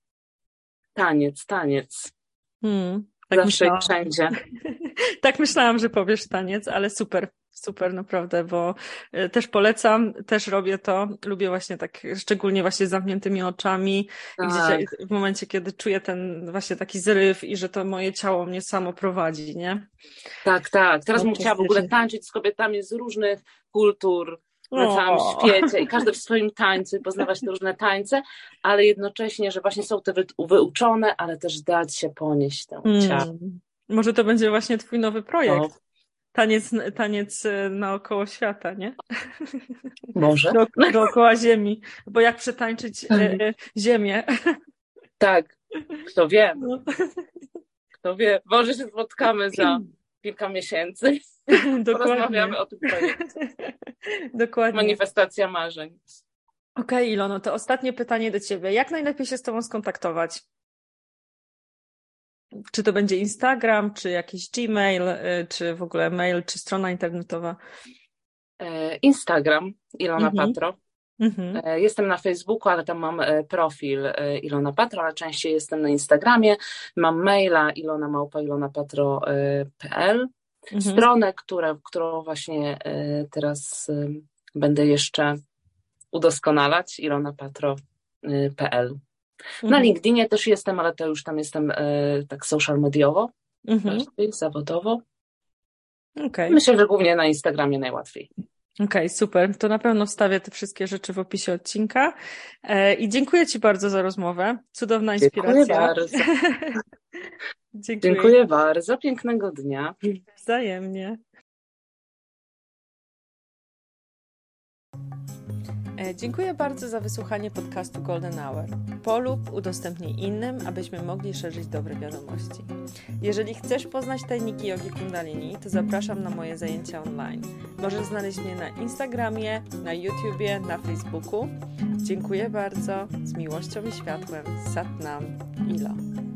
taniec, taniec. mm. Tak Zawsze i myślałam. wszędzie. Tak myślałam, że powiesz taniec, ale super, super naprawdę, bo y, też polecam, też robię to. Lubię właśnie tak, szczególnie właśnie z zamkniętymi oczami i gdzieś Tak, w momencie, kiedy czuję ten właśnie taki zryw i że to moje ciało mnie samo prowadzi, nie? tak, tak. Teraz bym chciała w ogóle Fantastycznie. tańczyć z kobietami z różnych kultur na całym O. świecie i każdy w swoim tańcu i poznawać te różne tańce, ale jednocześnie, że właśnie są te wy, wyuczone, ale też dać się ponieść temu ciału. Mm. Może to będzie właśnie twój nowy projekt. Taniec, taniec y, naokoło świata, nie? Może? Do, dookoła Ziemi. Bo jak przetańczyć y, y, Ziemię? Tak, kto wie, No. kto wie. Może się spotkamy za kilka miesięcy. Dokładnie. Porozmawiamy o tym projekcie. Dokładnie. Manifestacja marzeń. Okej, Ilono, to ostatnie pytanie do ciebie. Jak najlepiej się z tobą skontaktować? Czy to będzie Instagram, czy jakiś Gmail, y, czy w ogóle mail, czy strona internetowa? E, Instagram, Ilona Mhm. Patro. Mhm. E, Jestem na Facebooku, ale tam mam e, profil e, Ilona Patro, ale częściej jestem na Instagramie. Mam maila ilona małpa ilonapatro kropka p l. Mhm. Stronę, które, którą właśnie e, teraz e, będę jeszcze udoskonalać, ilonapatro kropka p l. Na Mhm. LinkedInie też jestem, ale to już tam jestem e, tak social mediowo, Mhm. bardziej zawodowo. Okej. Myślę, że głównie na Instagramie najłatwiej. Okej, super. To na pewno wstawię te wszystkie rzeczy w opisie odcinka. E, I dziękuję ci bardzo za rozmowę. Cudowna Dziękuję inspiracja. bardzo. Dziękuję. Dziękuję bardzo. Pięknego dnia. Wzajemnie. E, Dziękuję bardzo za wysłuchanie podcastu Golden Hour. Polub, udostępnij innym, abyśmy mogli szerzyć dobre wiadomości. Jeżeli chcesz poznać tajniki jogi kundalini, to zapraszam na moje zajęcia online. Możesz znaleźć mnie na Instagramie, na YouTubie, na Facebooku. Dziękuję bardzo. Z miłością i światłem. Sat Nam. Ilo.